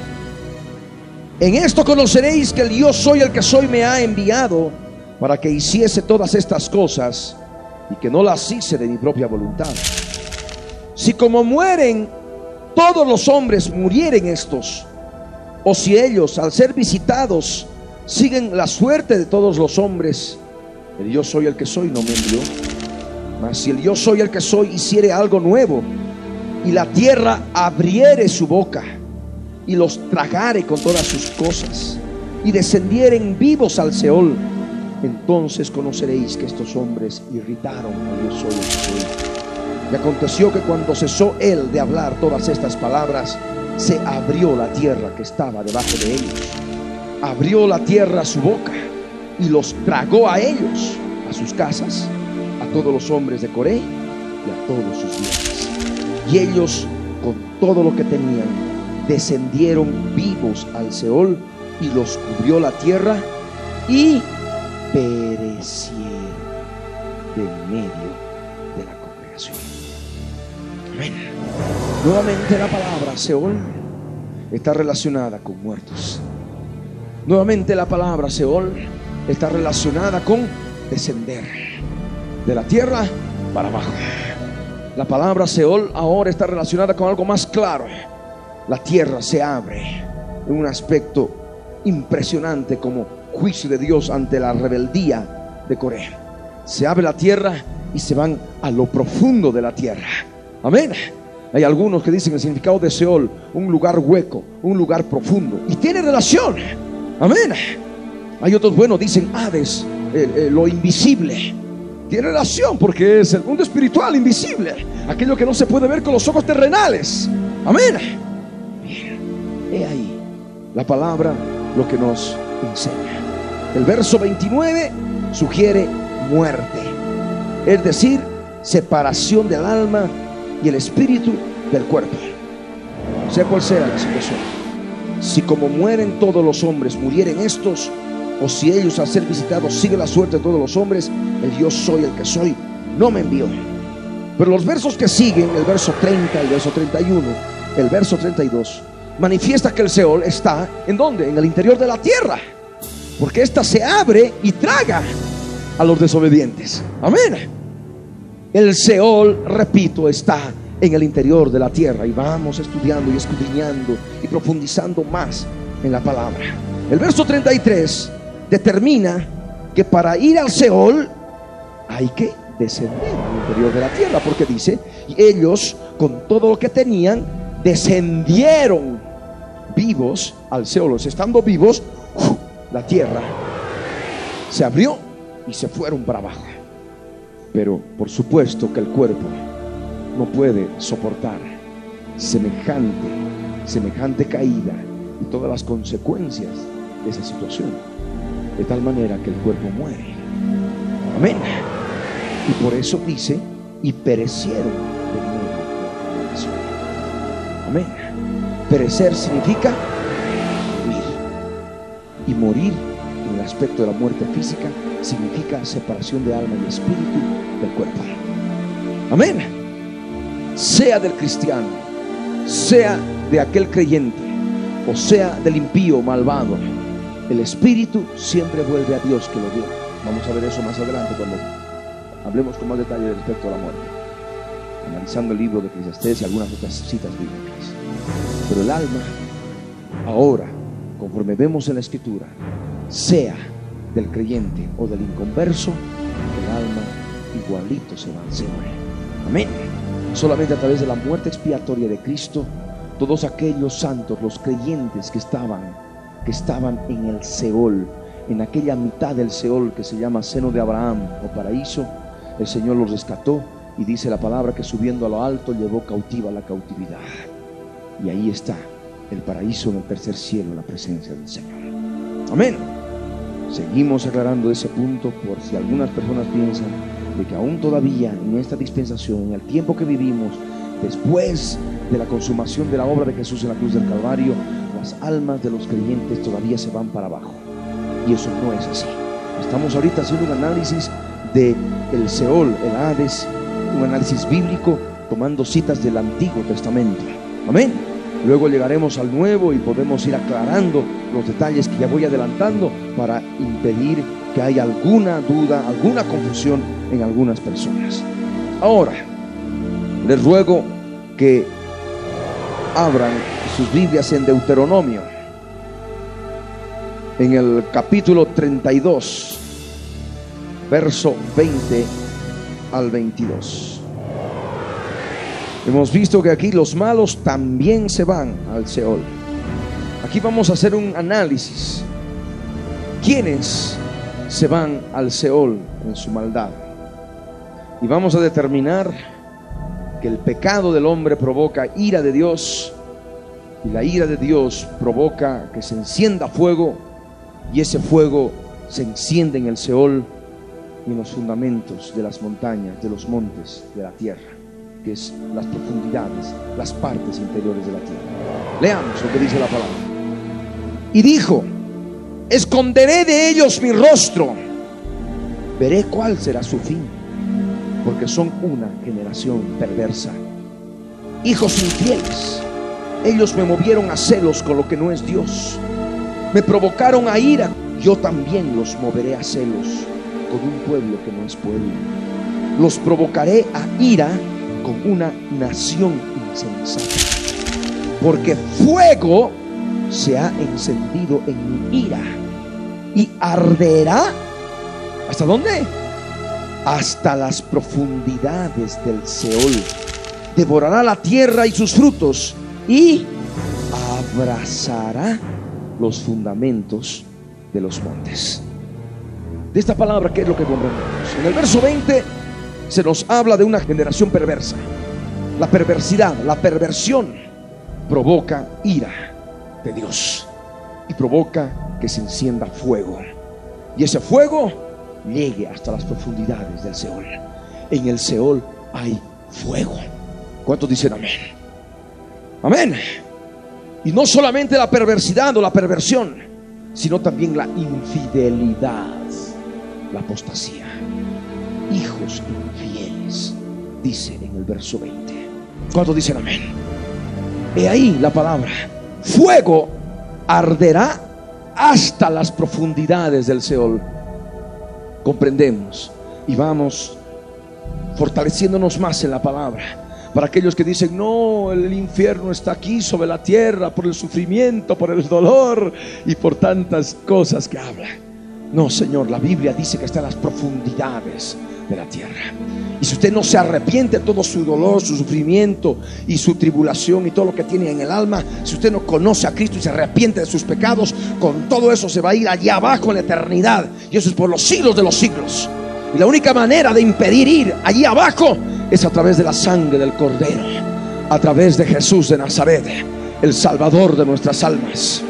Speaker 2: en esto conoceréis que el yo soy el que soy me ha enviado para que hiciese todas estas cosas, y que no las hice de mi propia voluntad. Si como mueren todos los hombres murieren estos, o si ellos al ser visitados siguen la suerte de todos los hombres, el yo soy el que soy no me envió. Mas si el yo soy el que soy hiciere algo nuevo, y la tierra abriere su boca y los tragare con todas sus cosas, y descendieren vivos al Seol, entonces conoceréis que estos hombres irritaron al yo soy el que soy. Y aconteció que cuando cesó él de hablar todas estas palabras, se abrió la tierra que estaba debajo de ellos, abrió la tierra su boca y los tragó a ellos, a sus casas, a todos los hombres de Coré y a todos sus bienes. Y ellos con todo lo que tenían descendieron vivos al Seol y los cubrió la tierra y perecieron de en medio de la congregación. Amén. Nuevamente la palabra Seol está relacionada con muertos. Nuevamente la palabra Seol está relacionada con descender de la tierra para abajo. La palabra Seol ahora está relacionada con algo más claro. La tierra se abre en un aspecto impresionante, como juicio de Dios ante la rebeldía de Coré. Se abre la tierra y se van a lo profundo de la tierra. Amén. Hay algunos que dicen el significado de Seol, un lugar hueco, un lugar profundo, y tiene relación. Amén. Hay otros, bueno, dicen Hades, eh, eh, lo invisible. Tiene relación porque es el mundo espiritual invisible, aquello que no se puede ver con los ojos terrenales. Amén. Bien, he ahí la palabra lo que nos enseña. El verso veintinueve sugiere muerte, es decir, separación del alma y el espíritu del cuerpo. Sea cual sea la situación, si como mueren todos los hombres murieren estos, o si ellos al ser visitados siguen la suerte de todos los hombres, el yo soy el que soy no me envió. Pero los versos que siguen, el verso treinta, el verso treinta y uno, el verso treinta y dos, manifiesta que el Seol está ¿en dónde? En el interior de la tierra, porque ésta se abre y traga a los desobedientes. Amén. El Seol, repito, está en el interior de la tierra, y vamos estudiando y escudriñando y profundizando más en la palabra. El verso treinta y tres determina que para ir al Seol hay que descender al interior de la tierra, porque dice: y ellos con todo lo que tenían descendieron vivos al Seol. Estando vivos, la tierra se abrió y se fueron para abajo. Pero por supuesto que el cuerpo no puede soportar semejante semejante caída y todas las consecuencias de esa situación, de tal manera que el cuerpo muere. Amén. Y por eso dice: y perecieron de medio de la congregación. Amén. Perecer significa morir, y morir en el aspecto de la muerte física significa separación de alma y espíritu del cuerpo. Amén. Sea del cristiano, sea de aquel creyente, o sea del impío malvado, el espíritu siempre vuelve a Dios que lo dio. Vamos a ver eso más adelante cuando hablemos con más detalle respecto a la muerte, analizando el libro de Eclesiastés y algunas otras citas bíblicas. Pero el alma, ahora, conforme vemos en la escritura, sea del creyente o del inconverso, el alma igualito se va al Seol. Amén. Solamente a través de la muerte expiatoria de Cristo, todos aquellos santos, los creyentes que estaban que estaban en el Seol, en aquella mitad del Seol que se llama seno de Abraham o paraíso, el Señor los rescató, y dice la palabra que subiendo a lo alto llevó cautiva la cautividad, y ahí está el paraíso en el tercer cielo, en la presencia del Señor. Amén. Seguimos aclarando ese punto por si algunas personas piensan de que aún todavía en esta dispensación, en el tiempo que vivimos después de la consumación de la obra de Jesús en la cruz del Calvario, las almas de los creyentes todavía se van para abajo, y eso no es así. Estamos ahorita haciendo un análisis de el Seol, el Hades, un análisis bíblico tomando citas del Antiguo Testamento. Amén. Luego llegaremos al Nuevo y podemos ir aclarando los detalles que ya voy adelantando para impedir que haya alguna duda, alguna confusión en algunas personas. Ahora les ruego que abran sus Biblias en Deuteronomio, en el capítulo treinta y dos, verso veinte al veintidós. Hemos visto que aquí los malos también se van al Seol. Aquí vamos a hacer un análisis. ¿Quiénes se van al Seol en su maldad? Y vamos a determinar que el pecado del hombre provoca ira de Dios, y la ira de Dios provoca que se encienda fuego, y ese fuego se enciende en el Seol y en los fundamentos de las montañas, de los montes de la tierra, que es las profundidades, las partes interiores de la tierra. Leamos lo que dice la palabra. Y dijo: esconderé de ellos mi rostro, veré cuál será su fin, porque son una generación perversa, hijos infieles. Ellos me movieron a celos con lo que no es Dios, me provocaron a ira. Yo también los moveré a celos con un pueblo que no es pueblo. Los provocaré a ira con una nación insensata, porque fuego se ha encendido en mi ira y arderá. ¿Hasta dónde? Hasta las profundidades del Seol. Devorará la tierra y sus frutos y abrazará los fundamentos de los montes. De esta palabra, ¿qué es lo que comprendemos? En el verso veinte se nos habla de una generación perversa. La perversidad, la perversión provoca ira de Dios y provoca que se encienda fuego, y ese fuego llegue hasta las profundidades del Seol. En el Seol hay fuego. ¿Cuántos dicen amén? Amén. Y no solamente la perversidad o la perversión, sino también la infidelidad, la apostasía. Hijos infieles, dice en el verso veinte. ¿Cuántos dicen amén? He ahí la palabra: fuego arderá hasta las profundidades del Seol. Comprendemos y vamos fortaleciéndonos más en la palabra. Para aquellos que dicen: no, el infierno está aquí sobre la tierra por el sufrimiento, por el dolor y por tantas cosas que habla. No, Señor, la Biblia dice que está en las profundidades de la tierra. Y si usted no se arrepiente de todo su dolor, su sufrimiento y su tribulación y todo lo que tiene en el alma, si usted no conoce a Cristo y se arrepiente de sus pecados, con todo eso se va a ir allá abajo en la eternidad, y eso es por los siglos de los siglos. Y la única manera de impedir ir allí abajo es a través de la sangre del Cordero, a través de Jesús de Nazaret, el Salvador de nuestras almas.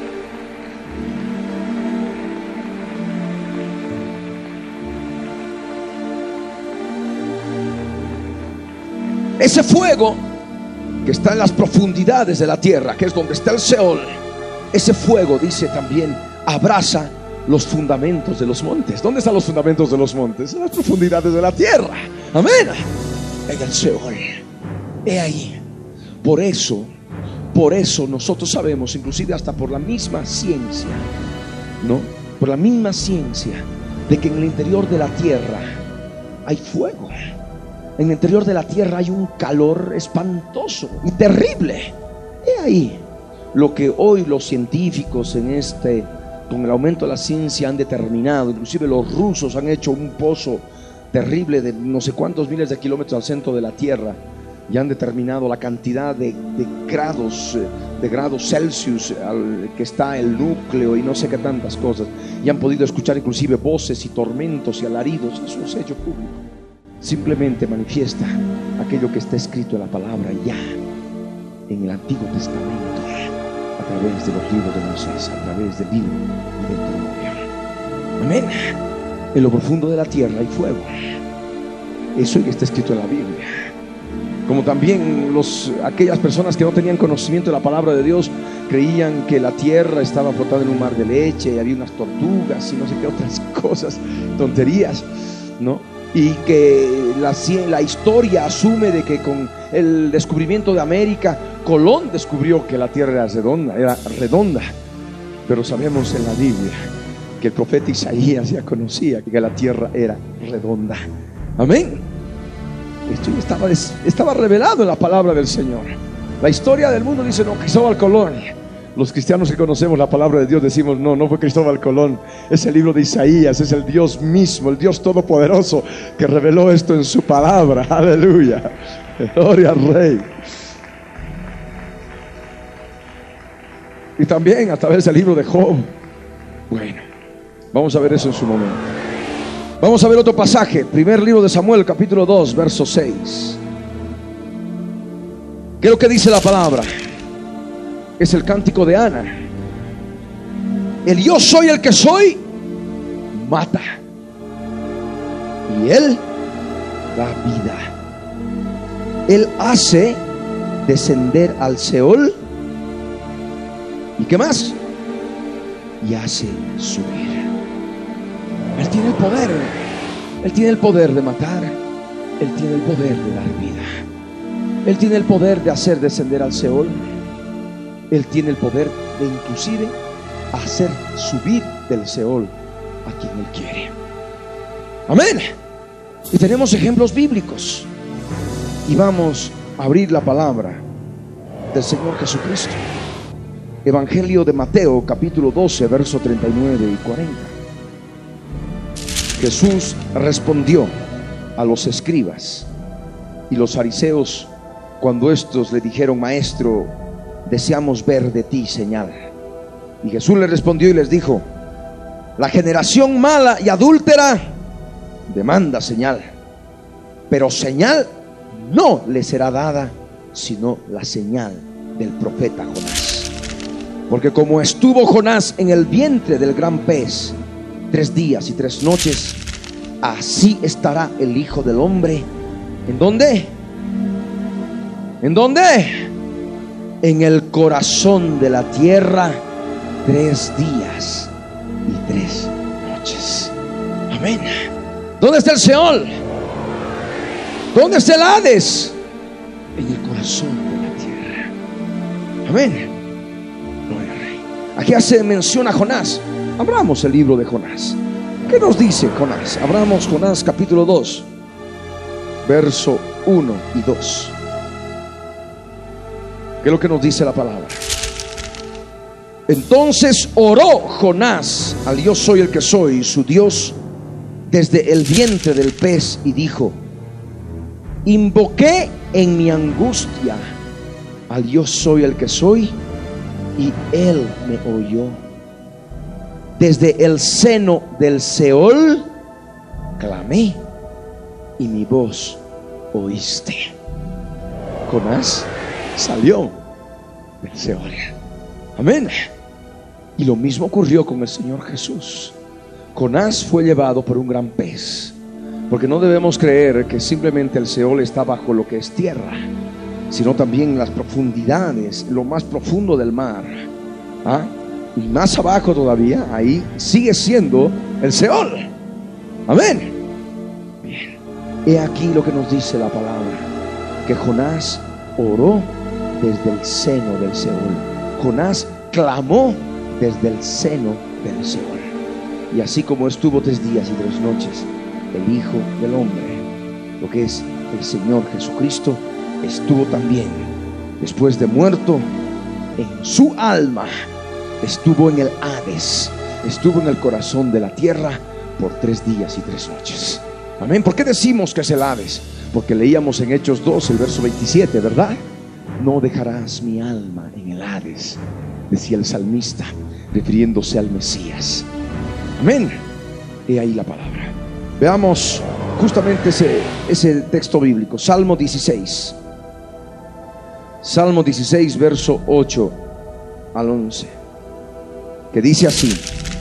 Speaker 2: Ese fuego que está en las profundidades de la tierra, que es donde está el Seol, ese fuego, dice también, abraza los fundamentos de los montes. ¿Dónde están los fundamentos de los montes? En las profundidades de la tierra. Amén. En el Seol. He ahí. Por eso, por eso nosotros sabemos, inclusive hasta por la misma ciencia, ¿no? Por la misma ciencia, de que en el interior de la tierra hay fuego. En el interior de la tierra hay un calor espantoso y terrible. He ahí lo que hoy los científicos en este, con el aumento de la ciencia, han determinado. Inclusive los rusos han hecho un pozo terrible de no sé cuántos miles de kilómetros al centro de la tierra, y han determinado la cantidad de, de grados de grados Celsius al que está el núcleo y no sé qué tantas cosas, y han podido escuchar inclusive voces y tormentos y alaridos. Eso es hecho público. Simplemente manifiesta aquello que está escrito en la palabra ya en el Antiguo Testamento, a través de los libros de Moisés, a través del libro de Deuteronomio. Amén. En lo profundo de la tierra hay fuego. Eso ya está escrito en la Biblia. Como también los, aquellas personas que no tenían conocimiento de la palabra de Dios creían que la tierra estaba flotada en un mar de leche y había unas tortugas y no sé qué otras cosas, tonterías, ¿no? Y que la, la historia asume de que con el descubrimiento de América, Colón descubrió que la tierra era redonda, era redonda. Pero sabemos en la Biblia que el profeta Isaías ya conocía que la tierra era redonda. Amén. Esto estaba, estaba revelado en la palabra del Señor. La historia del mundo dice: no, Cristóbal Colón. Los cristianos que conocemos la palabra de Dios decimos: no, no fue Cristóbal Colón, es el libro de Isaías, es el Dios mismo, el Dios todopoderoso que reveló esto en su palabra. Aleluya, gloria al Rey. Y también a través del libro de Job. Bueno, vamos a ver eso en su momento. Vamos a ver otro pasaje, primer libro de Samuel, capítulo dos, verso seis. ¿Qué es lo que dice la palabra? Es el cántico de Ana. El yo soy el que soy mata, y Él da vida. Él hace descender al Seol ¿Y qué más? Y hace subir. Él tiene el poder. Él tiene el poder de matar. Él tiene el poder de dar vida. Él tiene el poder de hacer descender al Seol. Él tiene el poder de inclusive hacer subir del Seol a quien Él quiere. Amén. Y tenemos ejemplos bíblicos. Y vamos a abrir la palabra del Señor Jesucristo. Evangelio de Mateo, capítulo doce, verso treinta y nueve y cuarenta. Jesús respondió a los escribas y los fariseos cuando estos le dijeron: Maestro, deseamos ver de ti señal. Y Jesús les respondió y les dijo: la generación mala y adúltera demanda señal, pero señal no le será dada sino la señal del profeta Jonás. Porque como estuvo Jonás en el vientre del gran pez tres días y tres noches, así estará el Hijo del Hombre. ¿En dónde? ¿En dónde? En el corazón de la tierra tres días y tres noches. Amén. ¿Dónde está el Seol? ¿Dónde está el Hades? En el corazón de la tierra. Amén. Gloria al Rey. Aquí hace mención a Jonás. Abramos el libro de Jonás. ¿Qué nos dice Jonás? Abramos Jonás capítulo dos, verso uno y dos. ¿Qué es lo que nos dice la palabra? Entonces oró Jonás al yo soy el que soy, su Dios, desde el vientre del pez, y dijo: invoqué en mi angustia al yo soy el que soy, y él me oyó. Desde el seno del Seol clamé, y mi voz oíste. Jonás salió del Seol. Amén. Y lo mismo ocurrió con el Señor Jesús. Jonás fue llevado por un gran pez, porque no debemos creer que simplemente el Seol está bajo lo que es tierra, sino también las profundidades, lo más profundo del mar. ¿Ah? Y más abajo todavía, ahí sigue siendo el Seol. Amén. Bien. He aquí lo que nos dice la palabra, que Jonás oró desde el seno del Seol. Jonás clamó desde el seno del Seol. Y así como estuvo tres días y tres noches el Hijo del Hombre, lo que es el Señor Jesucristo, estuvo también, después de muerto, en su alma, estuvo en el Hades, estuvo en el corazón de la tierra por tres días y tres noches. Amén. ¿Por qué decimos que es el Hades? Porque leíamos en Hechos dos, el verso veintisiete, ¿verdad? No dejarás mi alma en el Hades, decía el salmista, refiriéndose al Mesías. Amén. He ahí la palabra. Veamos justamente ese, ese texto bíblico. Salmo dieciséis. Salmo dieciséis, verso ocho al once, que dice así: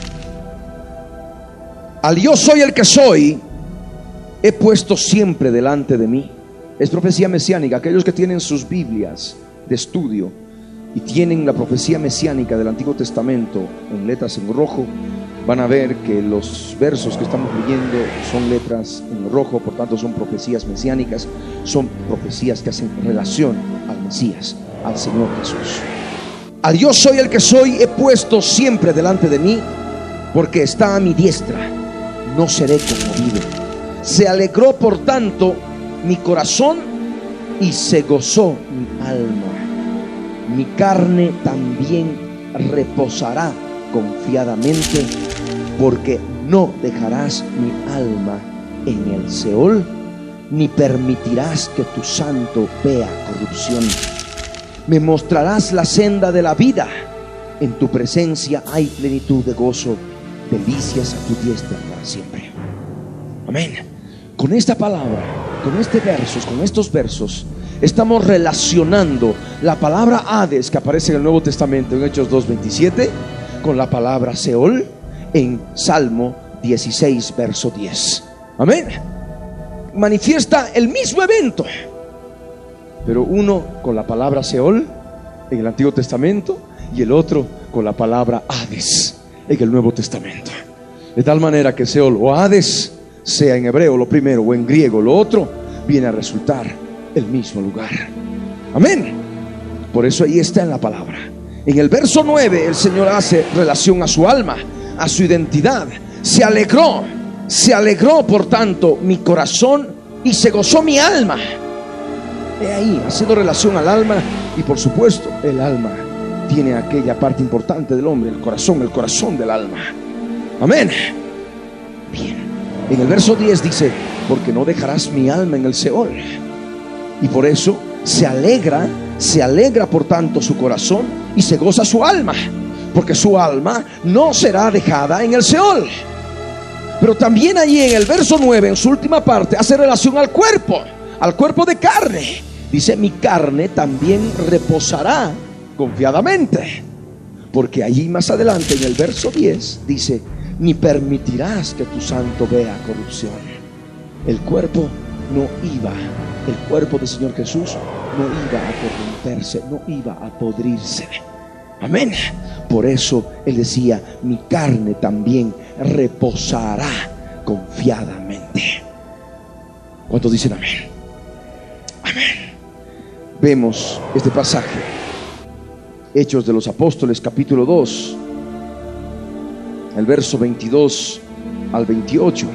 Speaker 2: al yo soy el que soy, he puesto siempre delante de mí. Es profecía mesiánica. Aquellos que tienen sus Biblias de estudio y tienen la profecía mesiánica del Antiguo Testamento en letras en rojo, van a ver que los versos que estamos leyendo son letras en rojo, por tanto son profecías mesiánicas, son profecías que hacen relación al Mesías, al Señor Jesús. Al yo soy el que soy, he puesto siempre delante de mí, porque está a mi diestra, no seré conmovido. Se alegró por tanto mi corazón y se gozó mi alma. Mi carne también reposará confiadamente, porque no dejarás mi alma en el Seol, ni permitirás que tu santo vea corrupción. Me mostrarás la senda de la vida, en tu presencia hay plenitud de gozo, delicias a tu diestra para siempre. Amén. Con esta palabra, con este versos, con estos versos, estamos relacionando la palabra Hades, que aparece en el Nuevo Testamento en Hechos dos veintisiete, con la palabra Seol en Salmo dieciséis, verso diez. Amén. Manifiesta el mismo evento, pero uno con la palabra Seol en el Antiguo Testamento y el otro con la palabra Hades en el Nuevo Testamento. De tal manera que Seol o Hades, sea en hebreo lo primero o en griego lo otro, viene a resultar el mismo lugar. Amén. Por eso ahí está en la palabra. En el verso nueve el Señor hace relación a su alma, a su identidad. Se alegró, se alegró por tanto mi corazón y se gozó mi alma. He ahí, haciendo relación al alma. Y por supuesto el alma tiene aquella parte importante del hombre, el corazón, el corazón del alma. Amén. Bien, en el verso diez dice: porque no dejarás mi alma en el Seol. Y por eso se alegra, se alegra por tanto su corazón y se goza su alma, porque su alma no será dejada en el Seol. Pero también allí en el verso nueve, en su última parte, hace relación al cuerpo, al cuerpo de carne. Dice: mi carne también reposará confiadamente. Porque allí más adelante en el verso diez dice: ni permitirás que tu santo vea corrupción. El cuerpo no iba, el cuerpo del Señor Jesús no iba a corromperse, no iba a podrirse. Amén. Por eso Él decía: mi carne también reposará confiadamente. ¿Cuántos dicen amén? Amén. Vemos este pasaje, Hechos de los Apóstoles capítulo dos, el verso veintidós al veintiocho,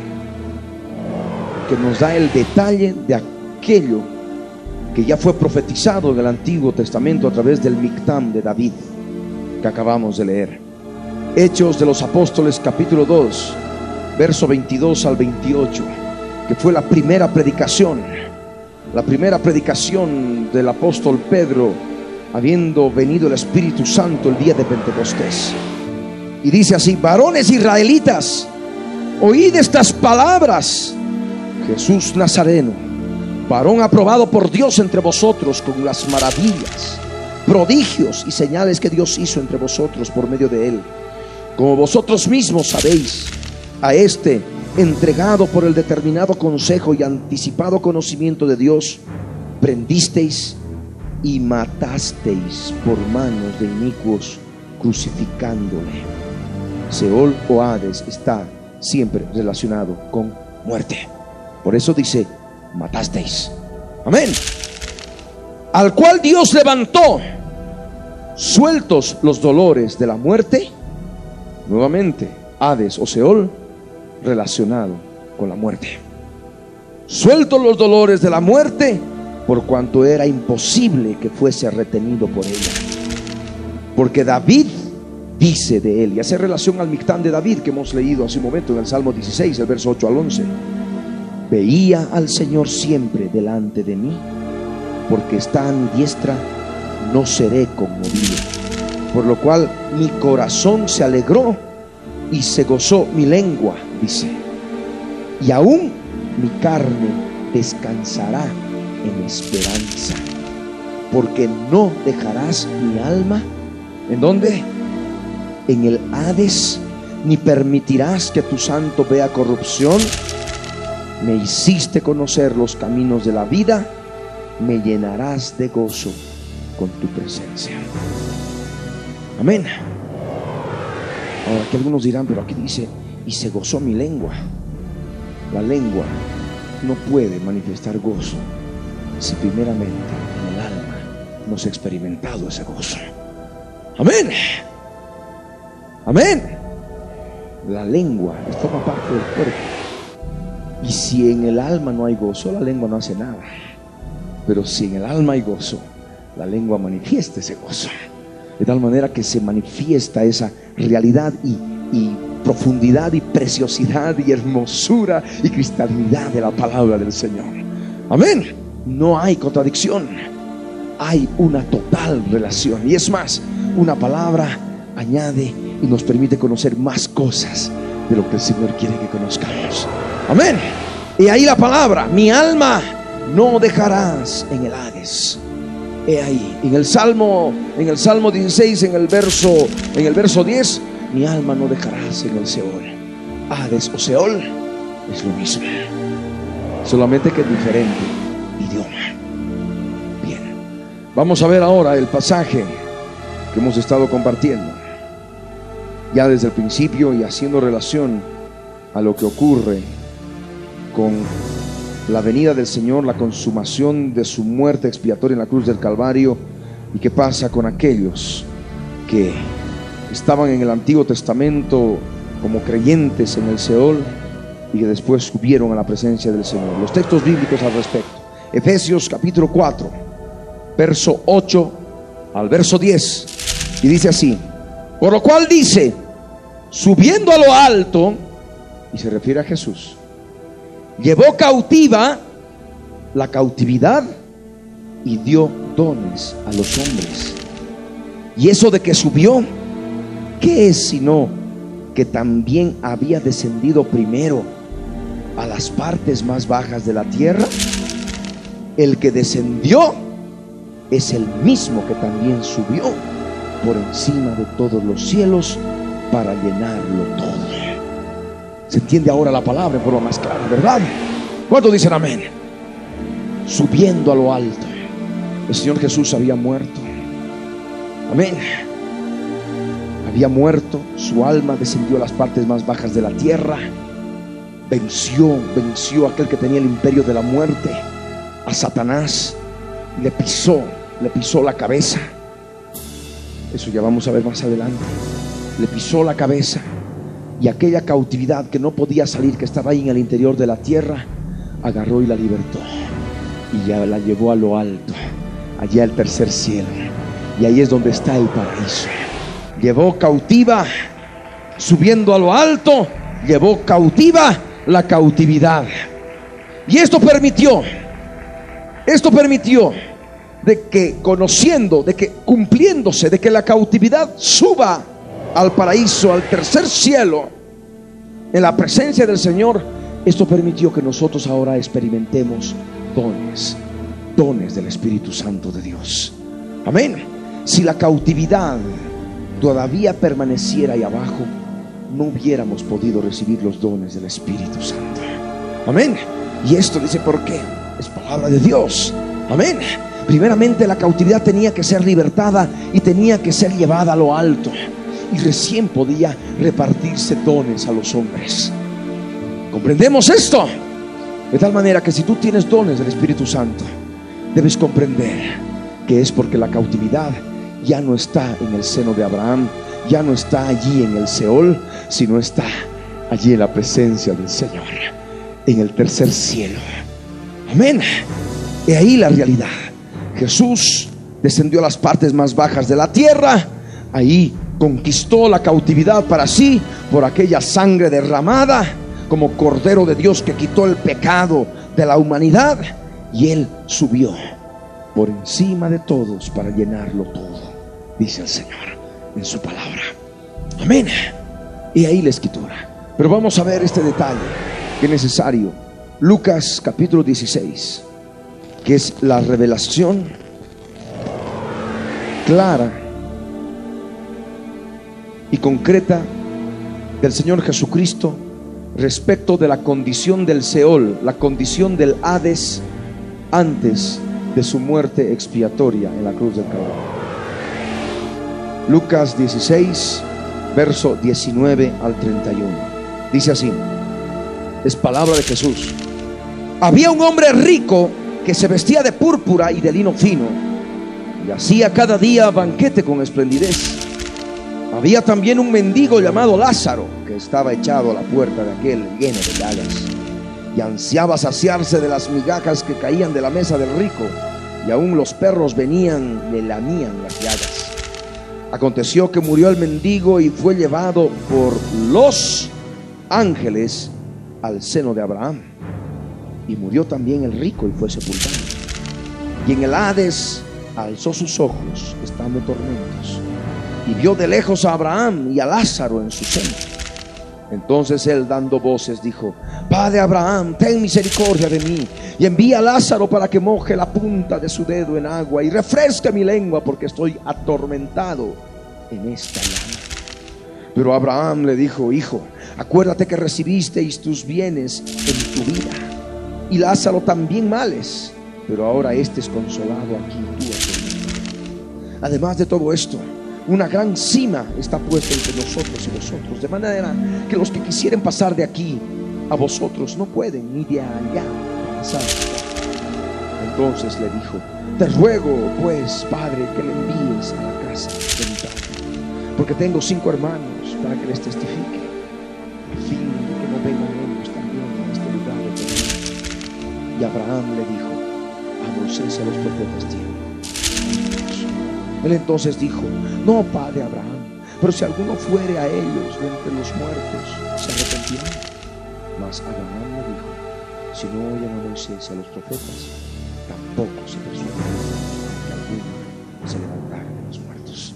Speaker 2: que nos da el detalle de aquello que ya fue profetizado en el Antiguo Testamento a través del Mictam de David que acabamos de leer. Hechos de los Apóstoles capítulo dos, verso veintidós al veintiocho, que fue la primera predicación, la primera predicación del apóstol Pedro, habiendo venido el Espíritu Santo el día de Pentecostés. Y dice así: varones israelitas, oíd estas palabras. Jesús Nazareno, varón aprobado por Dios entre vosotros con las maravillas, prodigios y señales que Dios hizo entre vosotros por medio de él, como vosotros mismos sabéis. A este, entregado por el determinado consejo y anticipado conocimiento de Dios, prendisteis y matasteis por manos de inicuos, crucificándole. Seol o Hades está siempre relacionado con muerte. Por eso dice: matasteis. Amén. Al cual Dios levantó, sueltos los dolores de la muerte. Nuevamente, Hades o Seol relacionado con la muerte. Sueltos los dolores de la muerte, por cuanto era imposible que fuese retenido por ella. Porque David dice de él, y hace relación al Mictán de David que hemos leído hace un momento en el Salmo dieciséis, el verso ocho al once: veía al Señor siempre delante de mí, porque está a mi diestra, no seré conmovido. Por lo cual mi corazón se alegró y se gozó mi lengua, dice, y aún mi carne descansará en esperanza, porque no dejarás mi alma. ¿En dónde? En el Hades, ni permitirás que tu santo vea corrupción. Me hiciste conocer los caminos de la vida, me llenarás de gozo con tu presencia. Amén. Ahora, que algunos dirán: pero aquí dice: y se gozó mi lengua. La lengua no puede manifestar gozo si primeramente en el alma no se ha experimentado ese gozo. Amén. Amén. La lengua forma parte del cuerpo, y si en el alma no hay gozo, la lengua no hace nada. Pero si en el alma hay gozo, la lengua manifiesta ese gozo, de tal manera que se manifiesta esa realidad y, y profundidad y preciosidad y hermosura y cristalinidad de la palabra del Señor. Amén. No hay contradicción, hay una total relación. Y es más, una palabra añade y nos permite conocer más cosas de lo que el Señor quiere que conozcamos. Amén. Y ahí la palabra: mi alma no dejarás en el Hades. He ahí, en el Salmo, en el Salmo dieciséis, en el verso, en el verso diez: mi alma no dejarás en el Seol. Hades o Seol es lo mismo, solamente que es diferente idioma. Bien, vamos a ver ahora el pasaje que hemos estado compartiendo. ya desde el principio y haciendo relación a lo que ocurre con la venida del Señor, la consumación de su muerte expiatoria en la cruz del Calvario, y qué pasa con aquellos que estaban en el Antiguo Testamento como creyentes en el Seol y que después subieron a la presencia del Señor. Los textos bíblicos al respecto: Efesios capítulo cuatro, verso ocho al verso diez, y dice así: por lo cual dice, subiendo a lo alto, y se refiere a Jesús, llevó cautiva la cautividad y dio dones a los hombres. Y eso de que subió, ¿qué es sino que también había descendido primero a las partes más bajas de la tierra? El que descendió es el mismo que también subió por encima de todos los cielos para llenarlo todo. ¿Se entiende ahora la palabra en forma más clara, verdad? ¿Cuántos dicen amén? Subiendo a lo alto. El Señor Jesús había muerto. Amén. Había muerto, su alma descendió a las partes más bajas de la tierra. Venció, venció a aquel que tenía el imperio de la muerte, a Satanás. Le pisó, le pisó la cabeza. Eso ya vamos a ver más adelante. Le pisó la cabeza, y aquella cautividad que no podía salir, que estaba ahí en el interior de la tierra, agarró y la libertó y ya la llevó a lo alto, allá al tercer cielo, y ahí es donde está el paraíso. Llevó cautiva, subiendo a lo alto, llevó cautiva la cautividad. Y esto permitió, esto permitió de que, conociendo, de que cumpliéndose, de que la cautividad suba al paraíso, al tercer cielo, en la presencia del Señor, esto permitió que nosotros ahora experimentemos dones, dones del Espíritu Santo de Dios. Amén. Si la cautividad todavía permaneciera ahí abajo, no hubiéramos podido recibir los dones del Espíritu Santo. Amén. Y esto dice por qué, es palabra de Dios. Amén. Primeramente, la cautividad tenía que ser libertada y tenía que ser llevada a lo alto, y recién podía repartirse dones a los hombres. ¿Comprendemos esto? De tal manera que si tú tienes dones del Espíritu Santo, debes comprender que es porque la cautividad ya no está en el seno de Abraham, ya no está allí en el Seol, sino está allí en la presencia del Señor, en el tercer cielo. Amén. Y ahí la realidad. Jesús descendió a las partes más bajas de la tierra. Ahí conquistó la cautividad para sí por aquella sangre derramada como Cordero de Dios que quitó el pecado de la humanidad. Y Él subió por encima de todos para llenarlo todo, dice el Señor en su palabra. Amén. Y ahí la escritura. Pero vamos a ver este detalle que es necesario. Lucas capítulo dieciséis, que es la revelación clara y concreta del Señor Jesucristo respecto de la condición del Seol, la condición del Hades antes de su muerte expiatoria en la cruz del Calvario. Lucas dieciséis, verso diecinueve al treinta y uno. Dice así, es palabra de Jesús. Había un hombre rico que se vestía de púrpura y de lino fino, y hacía cada día banquete con esplendidez. Había también un mendigo llamado Lázaro, que estaba echado a la puerta de aquel lleno de llagas, y ansiaba saciarse de las migajas que caían de la mesa del rico, y aún los perros venían y le lamían las llagas. Aconteció que murió el mendigo y fue llevado por los ángeles al seno de Abraham. Y murió también el rico y fue sepultado. Y en el Hades alzó sus ojos, estando tormentos, y vio de lejos a Abraham y a Lázaro en su seno. Entonces él, dando voces, dijo: Padre Abraham, ten misericordia de mí, y envía a Lázaro para que moje la punta de su dedo en agua y refresque mi lengua, porque estoy atormentado en esta llama. Pero Abraham le dijo: Hijo, acuérdate que recibisteis tus bienes en tu vida, y Lázaro también males, pero ahora este es consolado aquí, tú atormentado. Además de todo esto, Una gran cima está puesta entre nosotros y vosotros, de manera que los que quisieren pasar de aquí a vosotros no pueden, ni de allá pasar. Entonces le dijo: te ruego pues, Padre, que le envíes a la casa de mi padre, porque tengo cinco hermanos, para que les testifique, a fin de que no vengan ellos también a este lugar de peregrinación. Y Abraham le dijo: a Moisés y a los profetas tienen. Él entonces dijo: no, padre Abraham, pero si alguno fuere a ellos de entre los muertos, se arrepentirán. Mas Abraham le dijo: si no oyen a Moisés y a los profetas, tampoco se persuadirán que alguno se levantara de los muertos.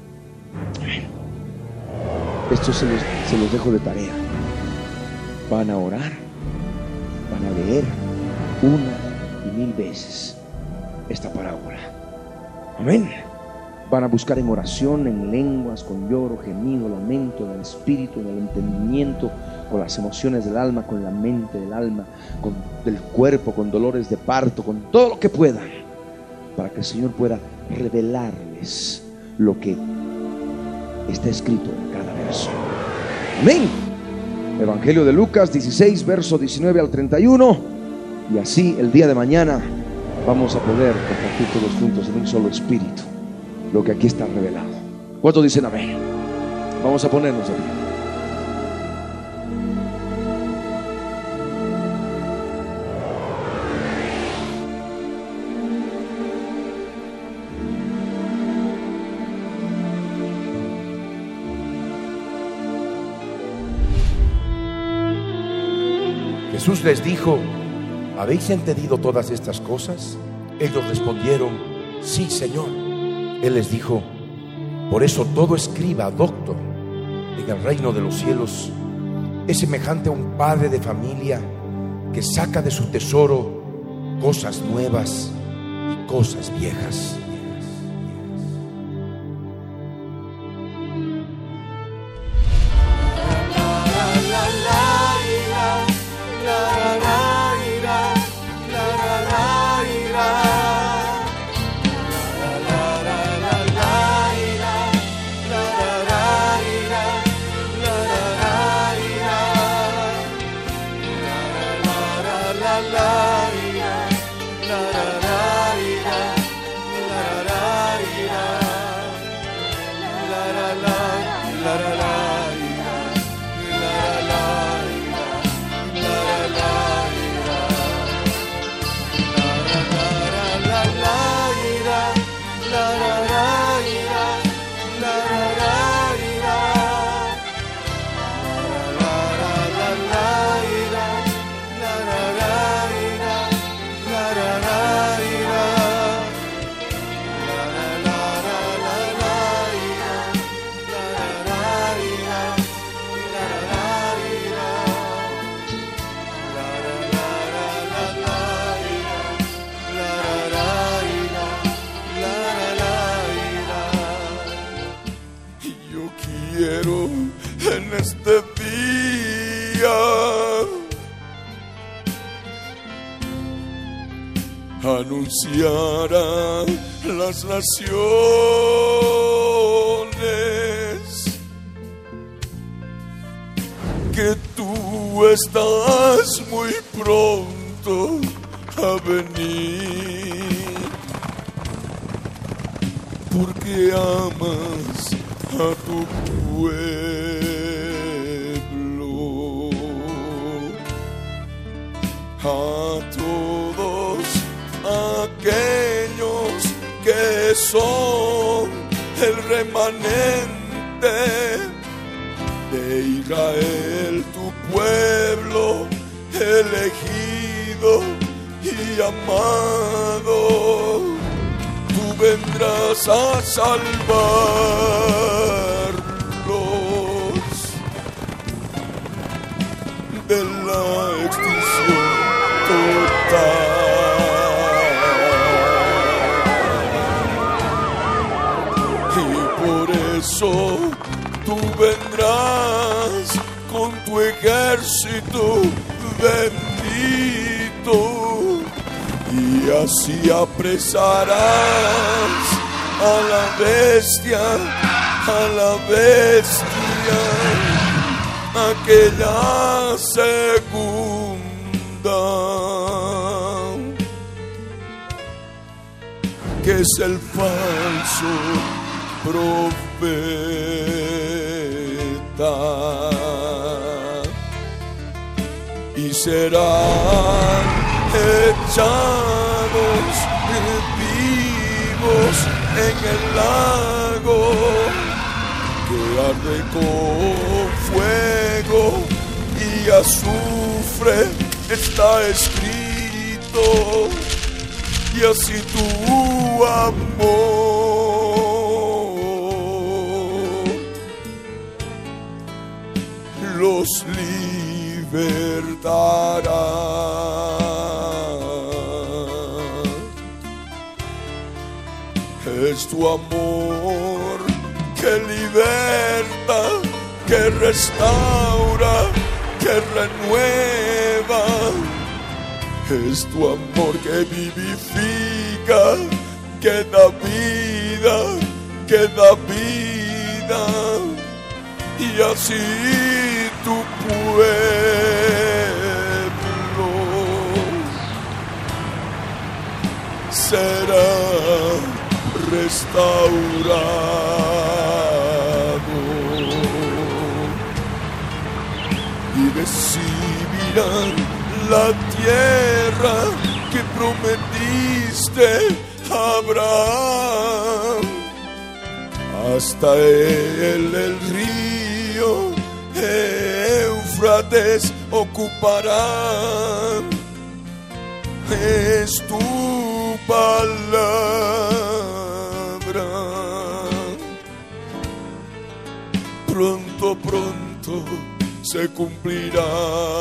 Speaker 2: Esto se los, se los dejo de tarea. Van a orar, van a leer una y mil veces esta parábola. Amén. Van a buscar en oración, en lenguas, con lloro, gemido, lamento, en el espíritu, en el entendimiento, con las emociones del alma, con la mente del alma, con del cuerpo, con dolores de parto, con todo lo que puedan, para que el Señor pueda revelarles lo que está escrito en cada verso. Amén. Evangelio de Lucas dieciséis, verso diecinueve al treinta y uno. Y así el día de mañana vamos a poder compartir todos juntos en un solo espíritu lo que aquí está revelado. ¿Cuántos dicen amén? Vamos a ponernos de pie.
Speaker 3: Jesús les dijo: ¿habéis entendido todas estas cosas? Ellos respondieron: sí, Señor. Él les dijo: por eso todo escriba, doctor, en el reino de los cielos es semejante a un padre de familia que saca de su tesoro cosas nuevas y cosas viejas.
Speaker 4: Anunciar a las naciones que tú estás muy pronto a venir, porque amas a tu pueblo, a todos aquellos que son el remanente de Israel, tu pueblo elegido y amado. Tú vendrás a salvarlos de la extinción total. Tú vendrás con tu ejército bendito y así apresarás a la bestia a la bestia, aquella segunda, que es el falso profeta, y serán echados vivos en el lago que arde con fuego y azufre. Está escrito, y así tu amor los libertará. Es tu amor que liberta, que restaura, que renueva. Es tu amor que vivifica, que da vida, que da vida. Y así tu pueblo será restaurado y recibirán la tierra que prometiste a Abraham. Hasta él el río Éufrates ocuparán. Es tu palabra. Pronto, pronto se cumplirá.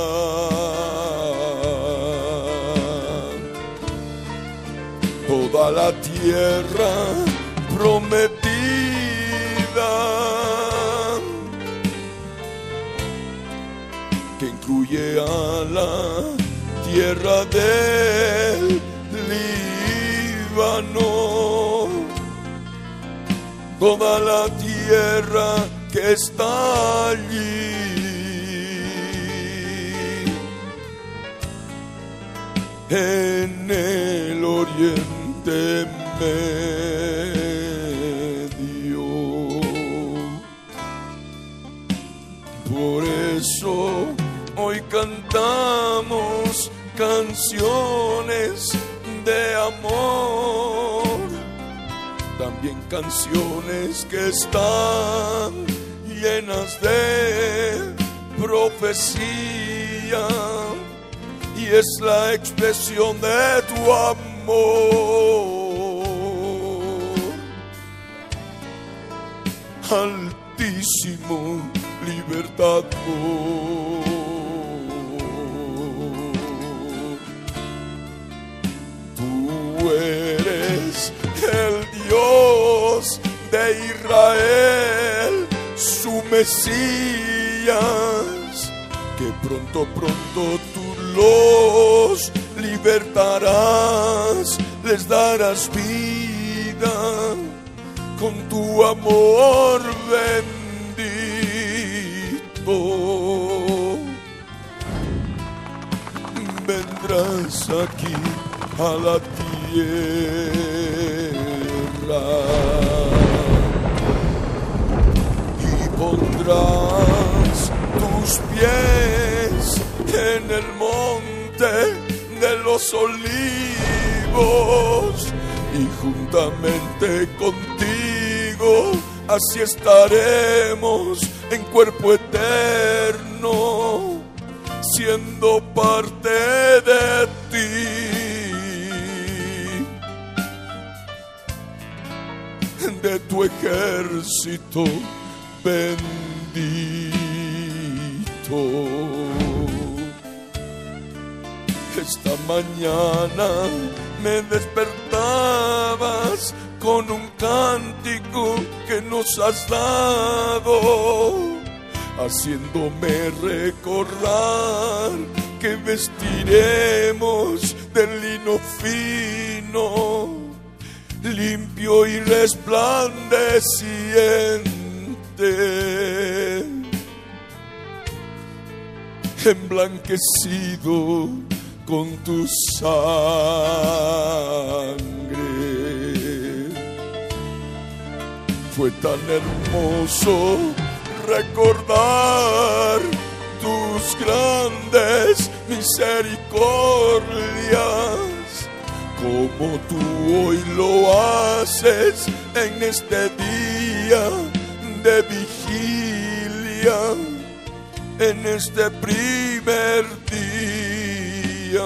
Speaker 4: Toda la tierra prometida, que incluye a la tierra del Líbano, toda la tierra que está allí, en el oriente medio. Por eso hoy cantamos canciones de amor, también canciones que están llenas de profecía, y es la expresión de tu amor. Altísimo, libertador. Tú eres el Dios de Israel, su Mesías, que pronto, pronto tú los libertarás, les darás vida con tu amor bendito. Vendrás aquí a la tierra y pondrás tus pies en el monte de los olivos, y juntamente contigo así estaremos en cuerpo eterno, siendo parte de ti. De tu ejército bendito. Esta mañana me despertabas con un cántico que nos has dado, haciéndome recordar que vestiremos de lino fino, limpio y resplandeciente, emblanquecido con tu sangre. Fue tan hermoso recordar tus grandes misericordias, como tú hoy lo haces en este día de vigilia, en este primer día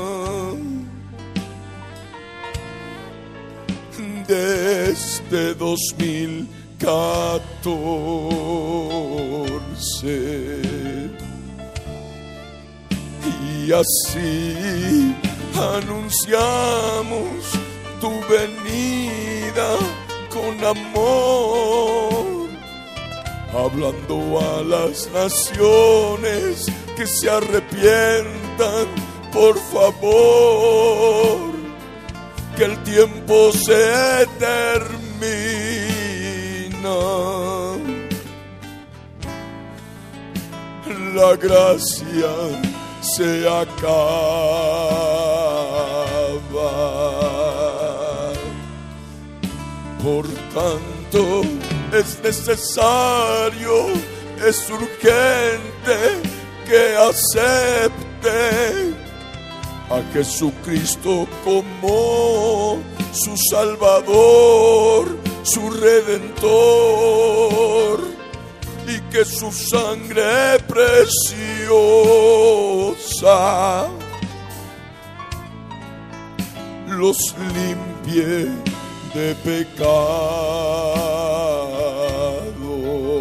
Speaker 4: de este dos mil catorce. Y así anunciamos tu venida con amor, hablando a las naciones que se arrepientan, por favor, que el tiempo se termina. La gracia se acaba. Por tanto, es necesario, es urgente que acepte a Jesucristo como su Salvador, su Redentor, y que su sangre preciosa los limpie de pecado.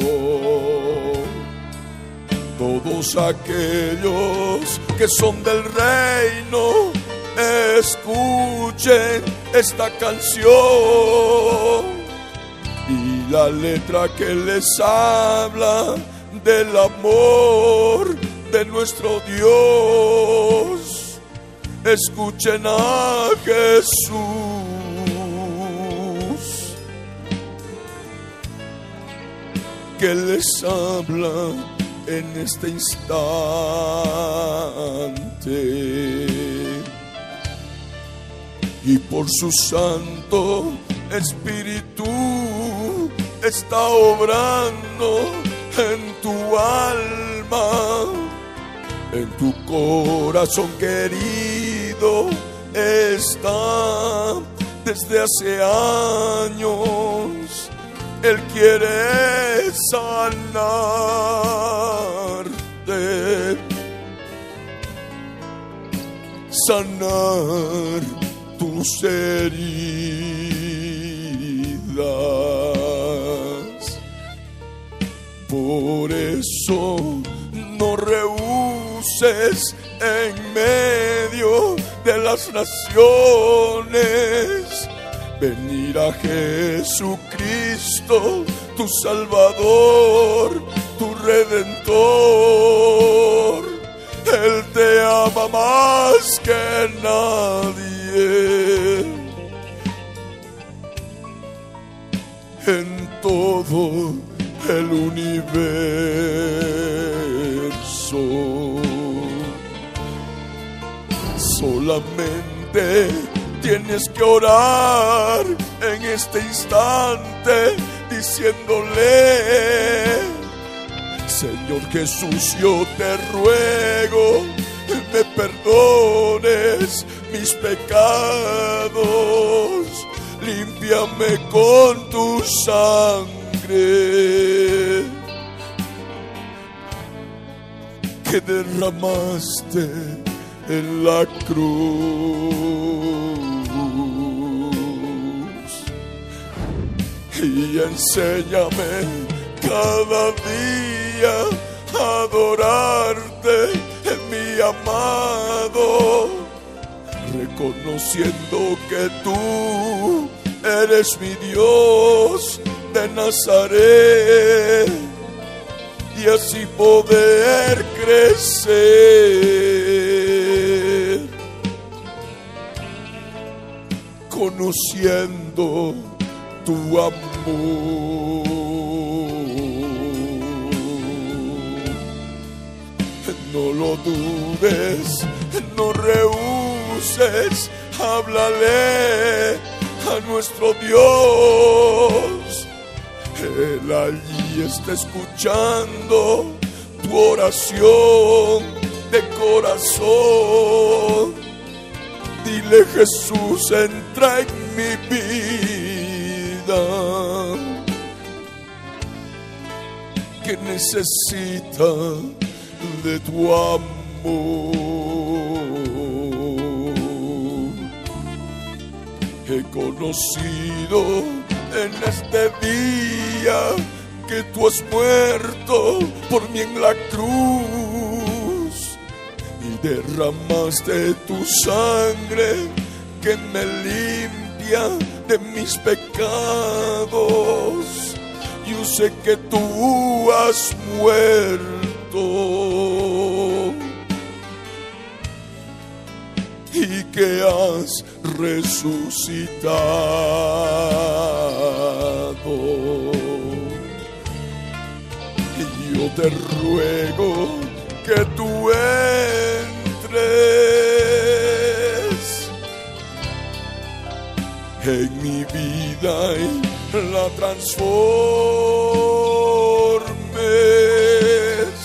Speaker 4: Todos aquellos que son del reino, escuchen esta canción y la letra que les habla del amor de nuestro Dios. Escuchen a Jesús, que les habla en este instante, y por su Santo Espíritu está obrando en tu alma, en tu corazón querido. Está desde hace años. Él quiere sanarte, sanar tus heridas. Por eso no rehuses en medio de las naciones venir a Jesucristo, tu Salvador, tu Redentor. Él te ama más que nadie. En todo el universo, solamente tienes que orar en este instante diciéndole: Señor Jesús, yo te ruego, me perdones mis pecados, límpiame con tu sangre que derramaste en la cruz. Y enséñame cada día a adorarte, mi amado, reconociendo que tú eres mi Dios de Nazaret, y así poder crecer, conociendo tu amor. No lo dudes, no rehuses, háblale a nuestro Dios. Él allí está escuchando tu oración de corazón. Dile: Jesús, entra en mi vida, que necesita de tu amor. He conocido en este día que tú has muerto por mí en la cruz y derramaste tu sangre que me limpia de mis pecados. Yo sé que tú has muerto y que has resucitado. Y yo te ruego que tú entres en mi vida y la transformes,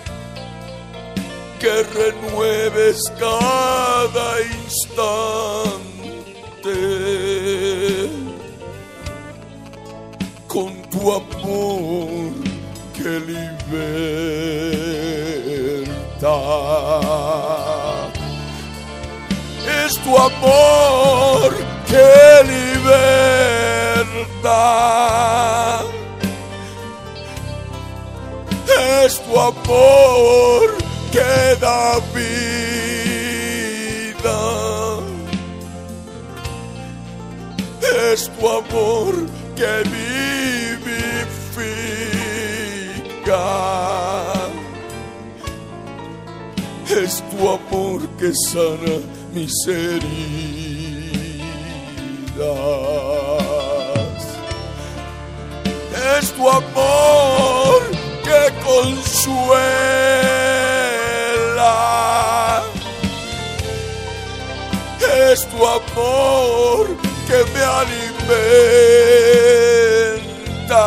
Speaker 4: que renueves cada instante con tu amor que liberta. Es tu amor que liberta, es tu amor que da vida, es tu amor que vivifica, es tu amor que sana mis heridas, es tu amor que consuela, es tu amor que me alimenta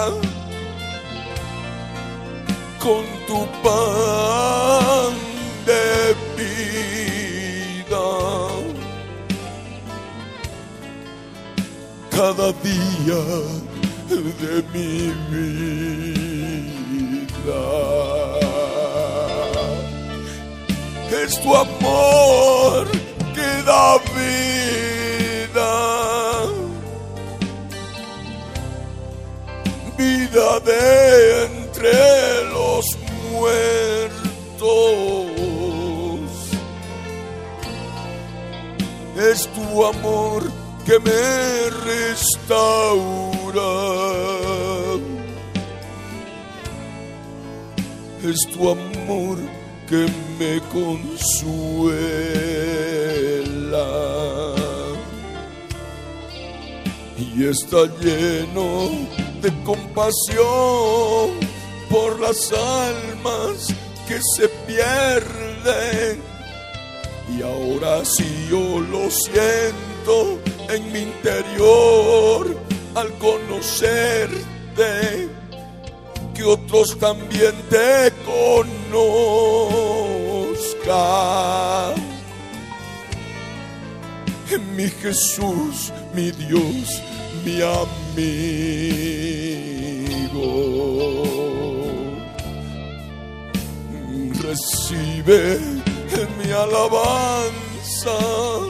Speaker 4: con tu pan de vida. Cada día de mi vida es tu amor que da vida, vida de entre los muertos. Es tu amor que me restaura, es tu amor que me consuela y está lleno de compasión por las almas que se pierden. Y ahora sí yo lo siento en mi interior al conocerte, que otros también te conozcan. Mi Jesús, mi Dios, mi amigo, recibe mi alabanza,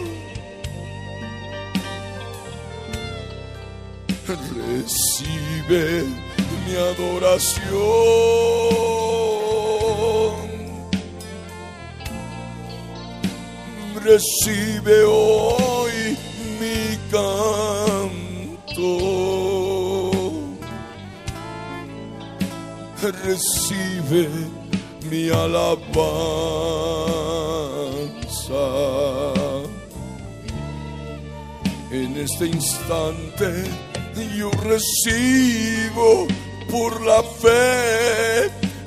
Speaker 4: recibe mi adoración, recibe hoy mi canto, recibe mi alabanza. En este instante yo recibo por la fe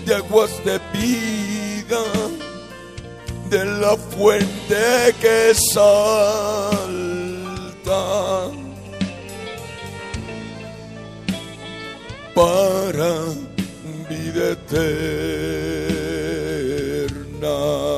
Speaker 4: de aguas de vida, de la fuente que salta para vida eterna.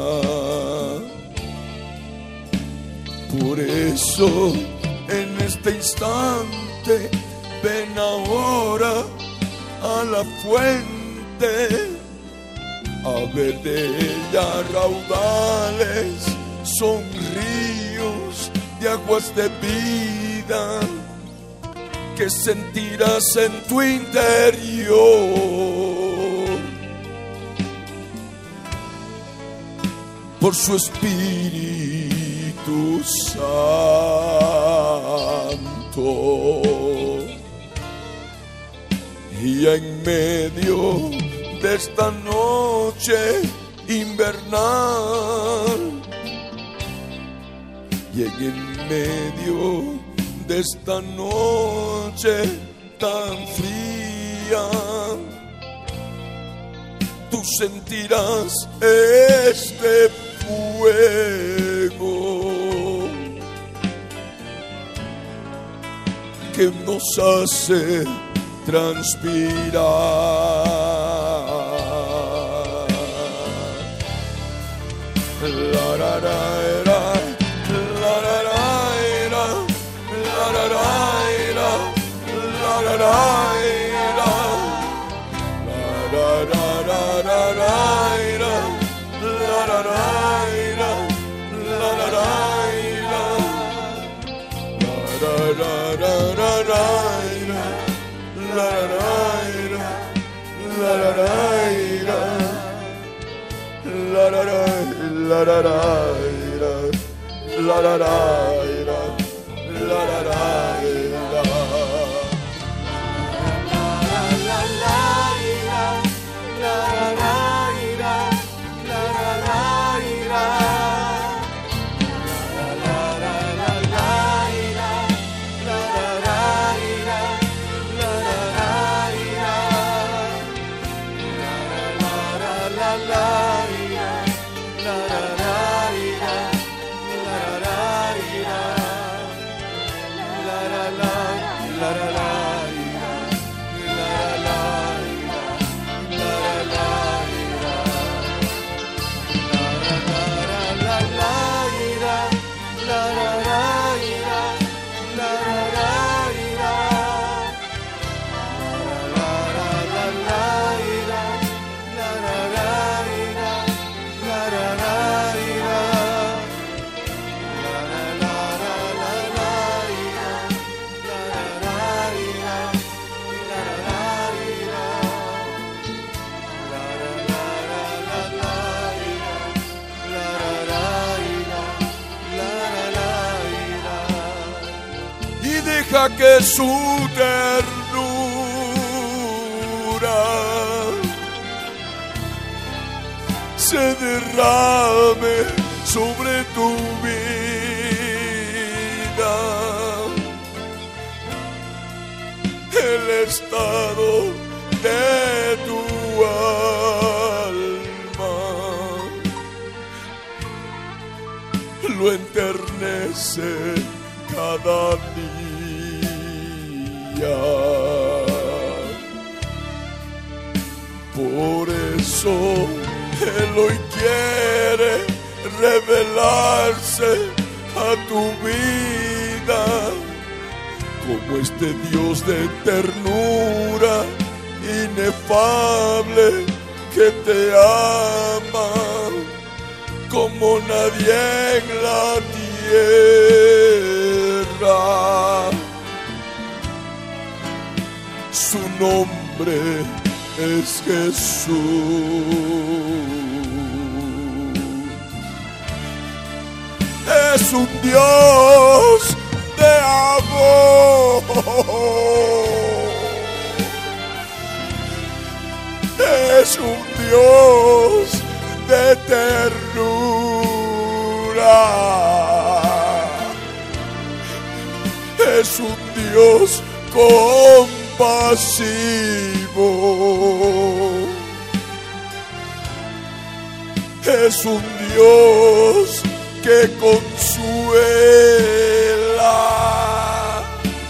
Speaker 4: Por eso en este instante ven ahora a la fuente, a ver de ella raudales, son ríos de aguas de vida que sentirás en tu interior por su Espíritu Santo. Y en medio de esta noche invernal, y en medio de esta noche tan fría, tú sentirás este fuego que nos hace transpirar. La, la, la, la, la, la, la, la, la, la, la, la, la, Deja que su ternura se derrame sobre tu vida. El estado de tu alma lo enternece cada día. Por eso Él hoy quiere revelarse a tu vida como este Dios de ternura inefable que te ama como nadie en la tierra. Su nombre es Jesús. Es un Dios de amor. Es un Dios de ternura. Es un Dios compasivo. es un Dios que consuela,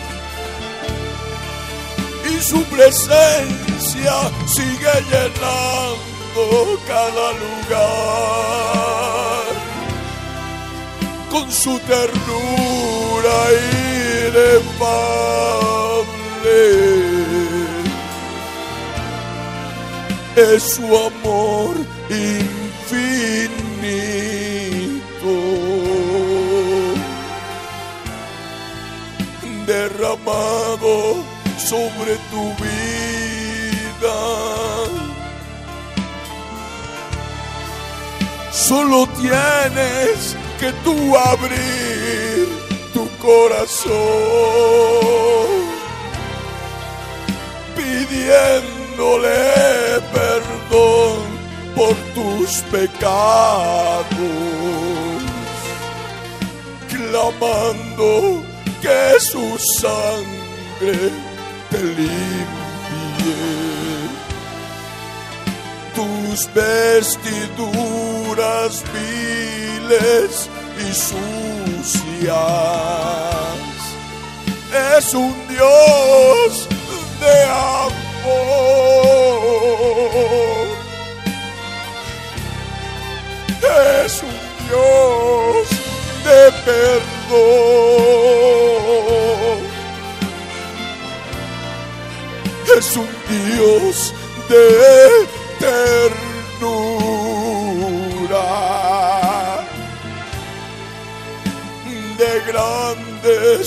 Speaker 4: y su presencia sigue llenando cada lugar con su ternura inefable. Es su amor infinito, derramado sobre tu vida. Solo tienes que tú abrir tu corazón, pidiéndole perdón por tus pecados, clamando que su sangre te limpie tus vestiduras viles y sucias. Es un Dios de amor, es un Dios de perdón, es un Dios de ternura, de grandes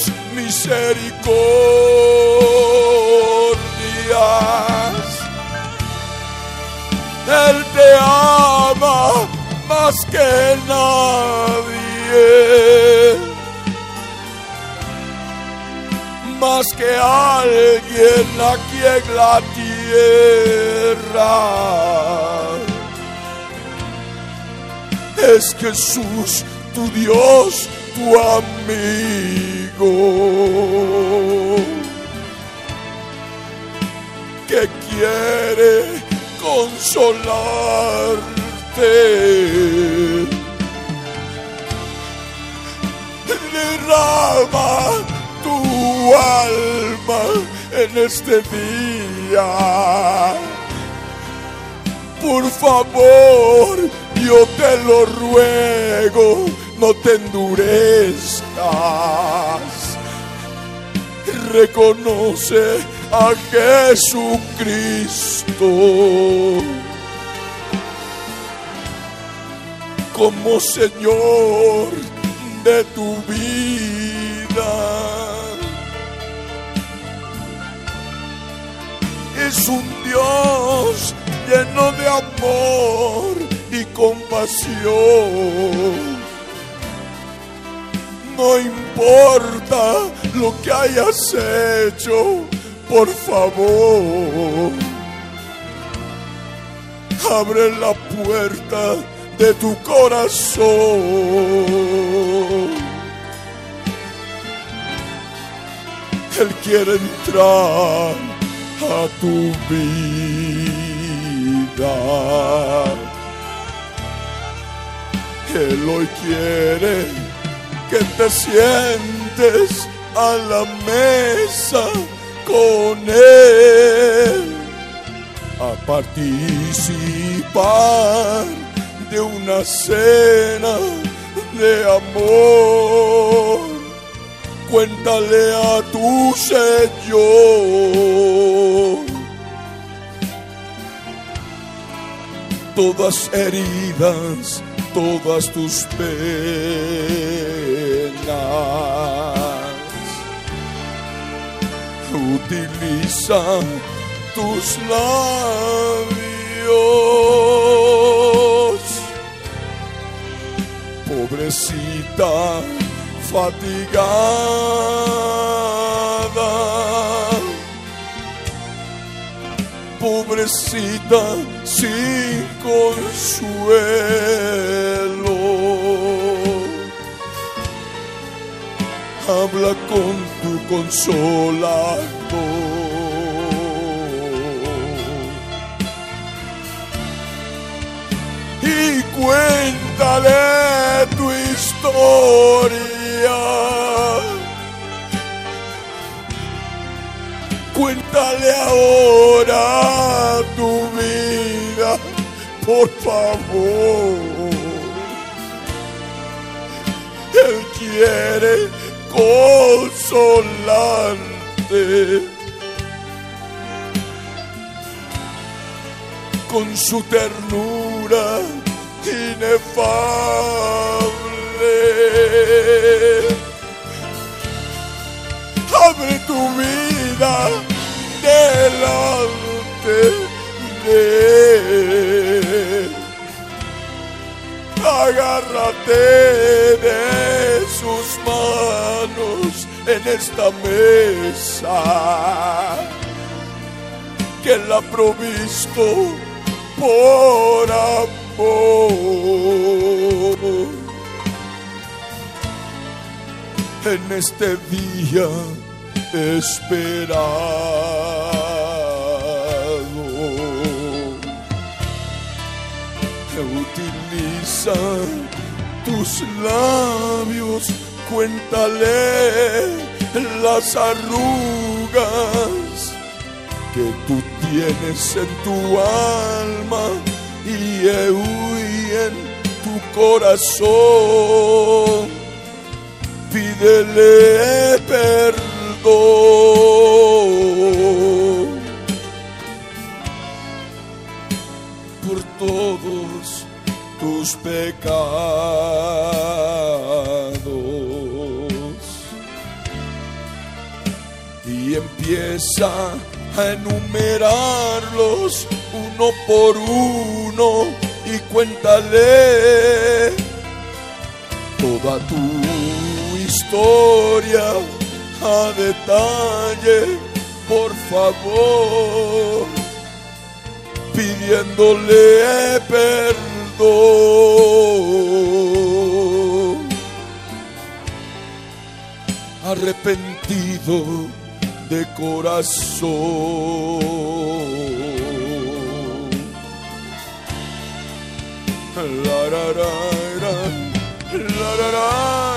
Speaker 4: misericordias. Él te ama más que nadie, más que alguien aquí en la tierra. Es Jesús, tu Dios, tu amigo, que quiere consolarte. Derrama tu alma en este día. Por favor, yo te lo ruego, no te endurezcas. Reconoce a Jesucristo como Señor de tu vida. Es un Dios lleno de amor y compasión. No importa lo que hayas hecho, por favor, abre la puerta de tu corazón. Él quiere entrar a tu vida. Él hoy quiere que te sientes a la mesa con Él, a participar de una cena de amor. Cuéntale a tu Señor todas heridas, todas tus penas. Utiliza tus labios, pobrecita fatigada, pobrecita sin consuelo. Habla con tu consolador. Y y cuéntale tu historia. Cuéntale ahora tu vida, por favor. Él quiere consolarte con su ternura inefable. Abre tu vida delante de él. Agárrate de sus manos en esta mesa que él ha provisto por amor. En este día esperado, utiliza tus labios, cuéntale las arrugas que tú tienes en tu alma y en tu corazón. Pídele perdón por todos tus pecados y empieza a enumerarlos uno por uno y cuéntale toda tu historia a detalle, por favor, pidiéndole perdón. Arrepentido de corazón. La, la, la, la, la, la, la.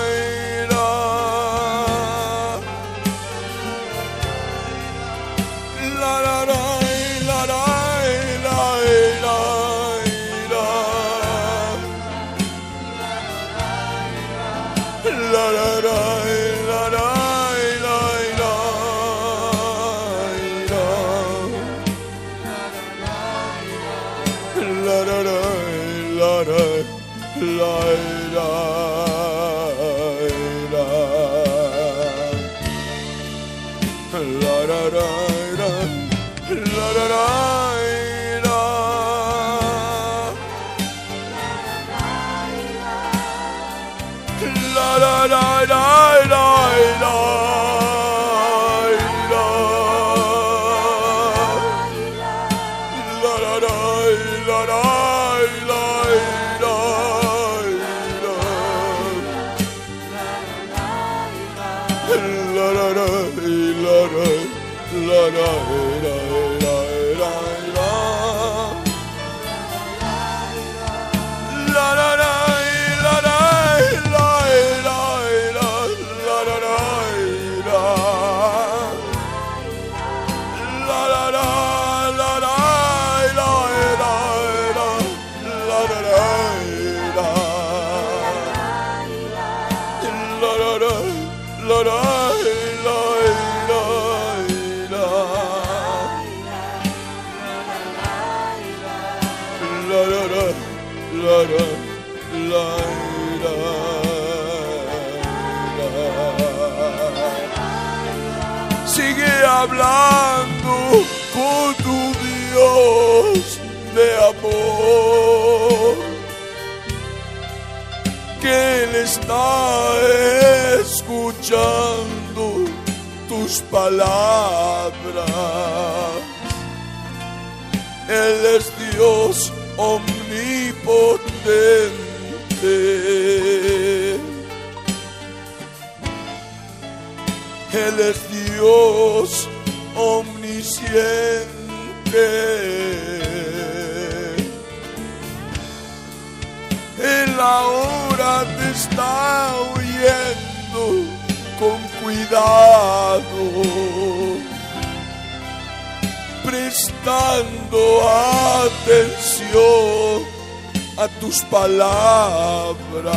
Speaker 4: Sigue hablando con tu Dios de amor, que Él está escuchando tus palabras. Él es Dios omnipotente. Él es Dios omnisciente. la hora te está oyendo con cuidado, prestando atención a tus palabras.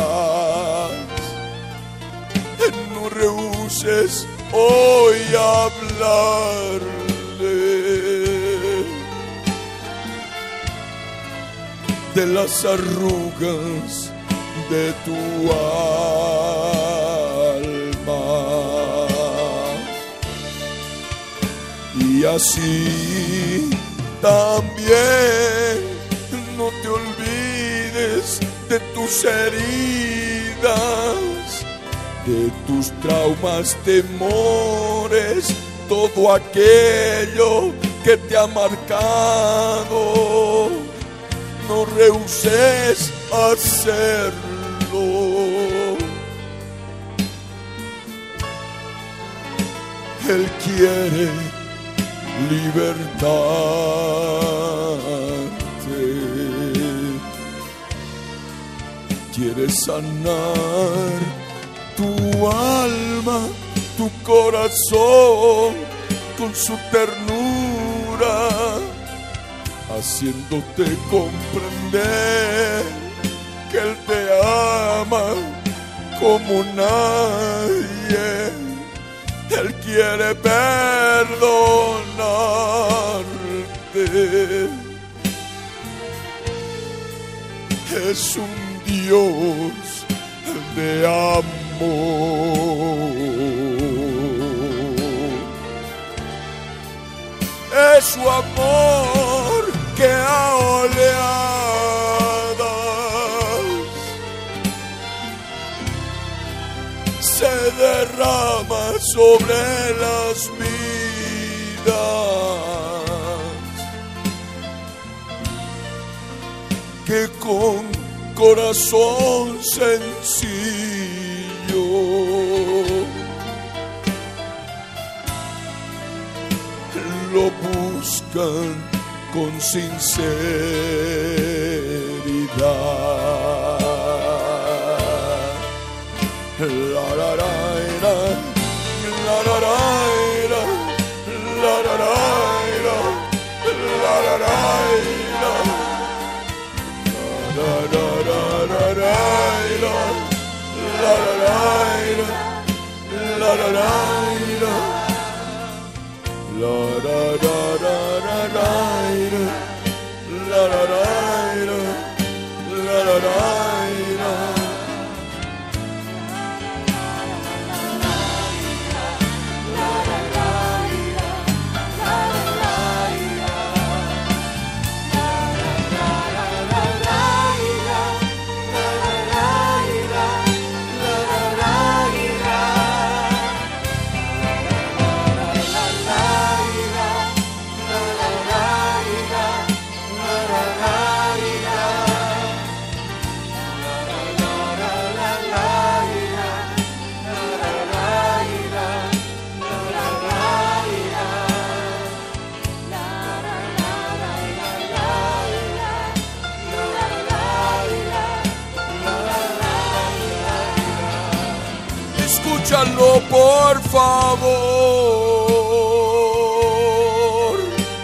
Speaker 4: No rehuses hoy hablarle de las arrugas de tu alma, y así también no te olvides de tus heridas, de tus traumas, temores, todo aquello que te ha marcado. No rehuses hacerlo. Él quiere libertarte, quiere sanar tu alma, tu corazón con su ternura, haciéndote comprender que Él te ama como nadie. Él quiere perdonarte. Es un Dios de amor. Es su amor que a oleadas se derrama sobre las vidas, que con corazón sencillo lo buscan con sinceridad. La la la la, la la la la, la la la la, la la la la, la la la la, la la la la, la la la la. La la la la la la, la la la la, la la la la. Escúchalo por favor,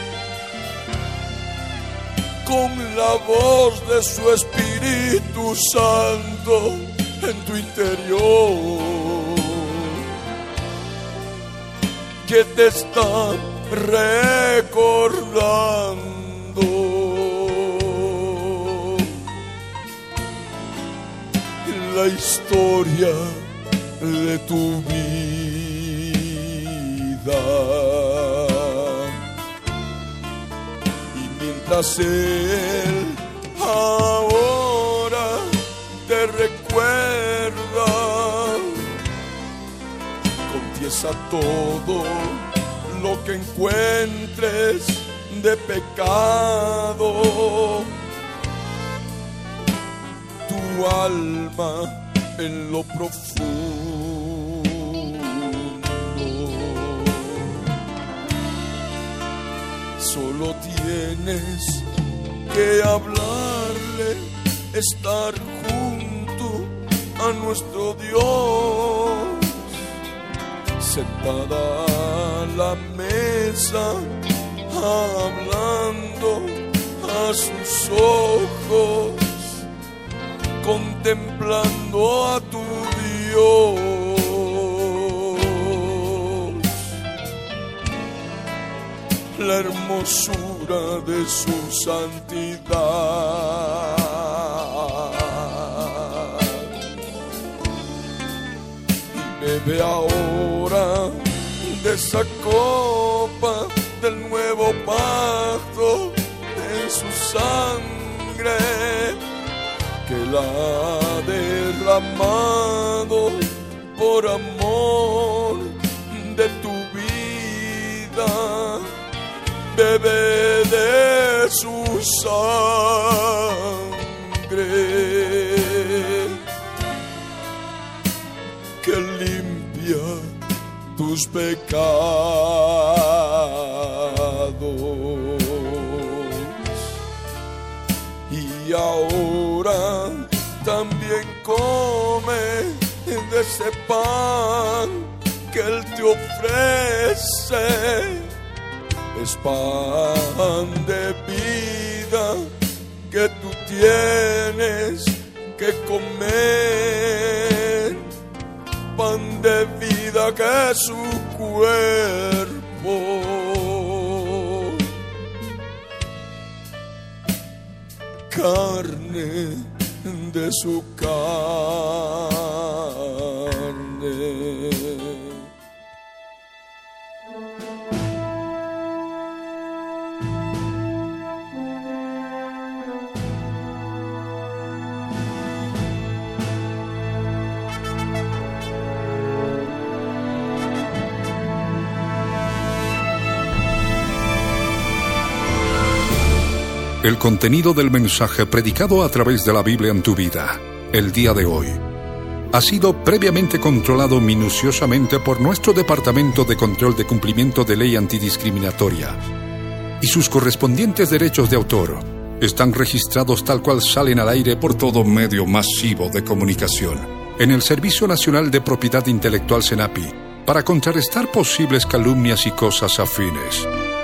Speaker 4: con la voz de su Espíritu Santo en tu interior, que te está recordando la historia de tu vida. Y mientras Él ahora te recuerda, confiesa todo lo que encuentres de pecado. Tu alma en lo profundo solo tienes que hablarle, estar junto a nuestro Dios, sentada a la mesa, hablando a sus ojos, contemplando a tu Dios. La hermosura de su santidad. Y bebe ahora de esa copa del nuevo pacto en su sangre, que la ha derramado por amor de tu vida. Bebe de su sangre que limpia tus pecados. Y ahora también come de ese pan que Él te ofrece. Es pan de vida que tú tienes que comer, pan de vida que es su cuerpo, carne de su carne.
Speaker 1: El contenido del mensaje predicado a través de la Biblia en tu vida, el día de hoy, ha sido previamente controlado minuciosamente por nuestro Departamento de Control de Cumplimiento de Ley Antidiscriminatoria, y sus correspondientes derechos de autor están registrados tal cual salen al aire por todo medio masivo de comunicación en el Servicio Nacional de Propiedad Intelectual SENAPI, para contrarrestar posibles calumnias y cosas afines.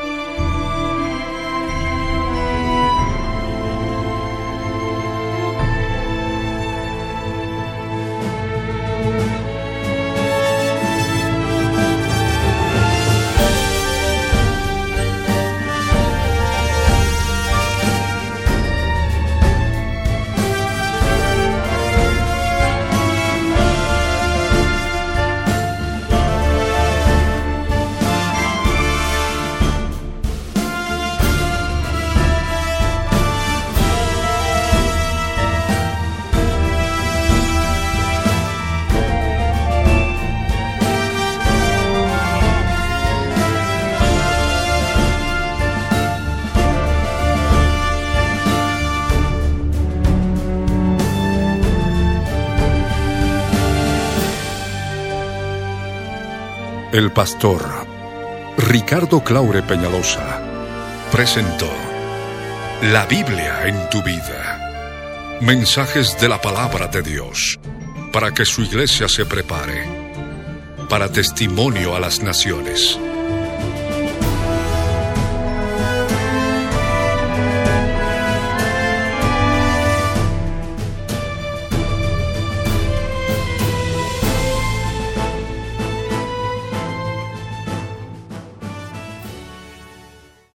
Speaker 1: El pastor Ricardo Claure Peñalosa presentó La Biblia en tu vida. Mensajes de la palabra de Dios para que su iglesia se prepare para testimonio a las naciones.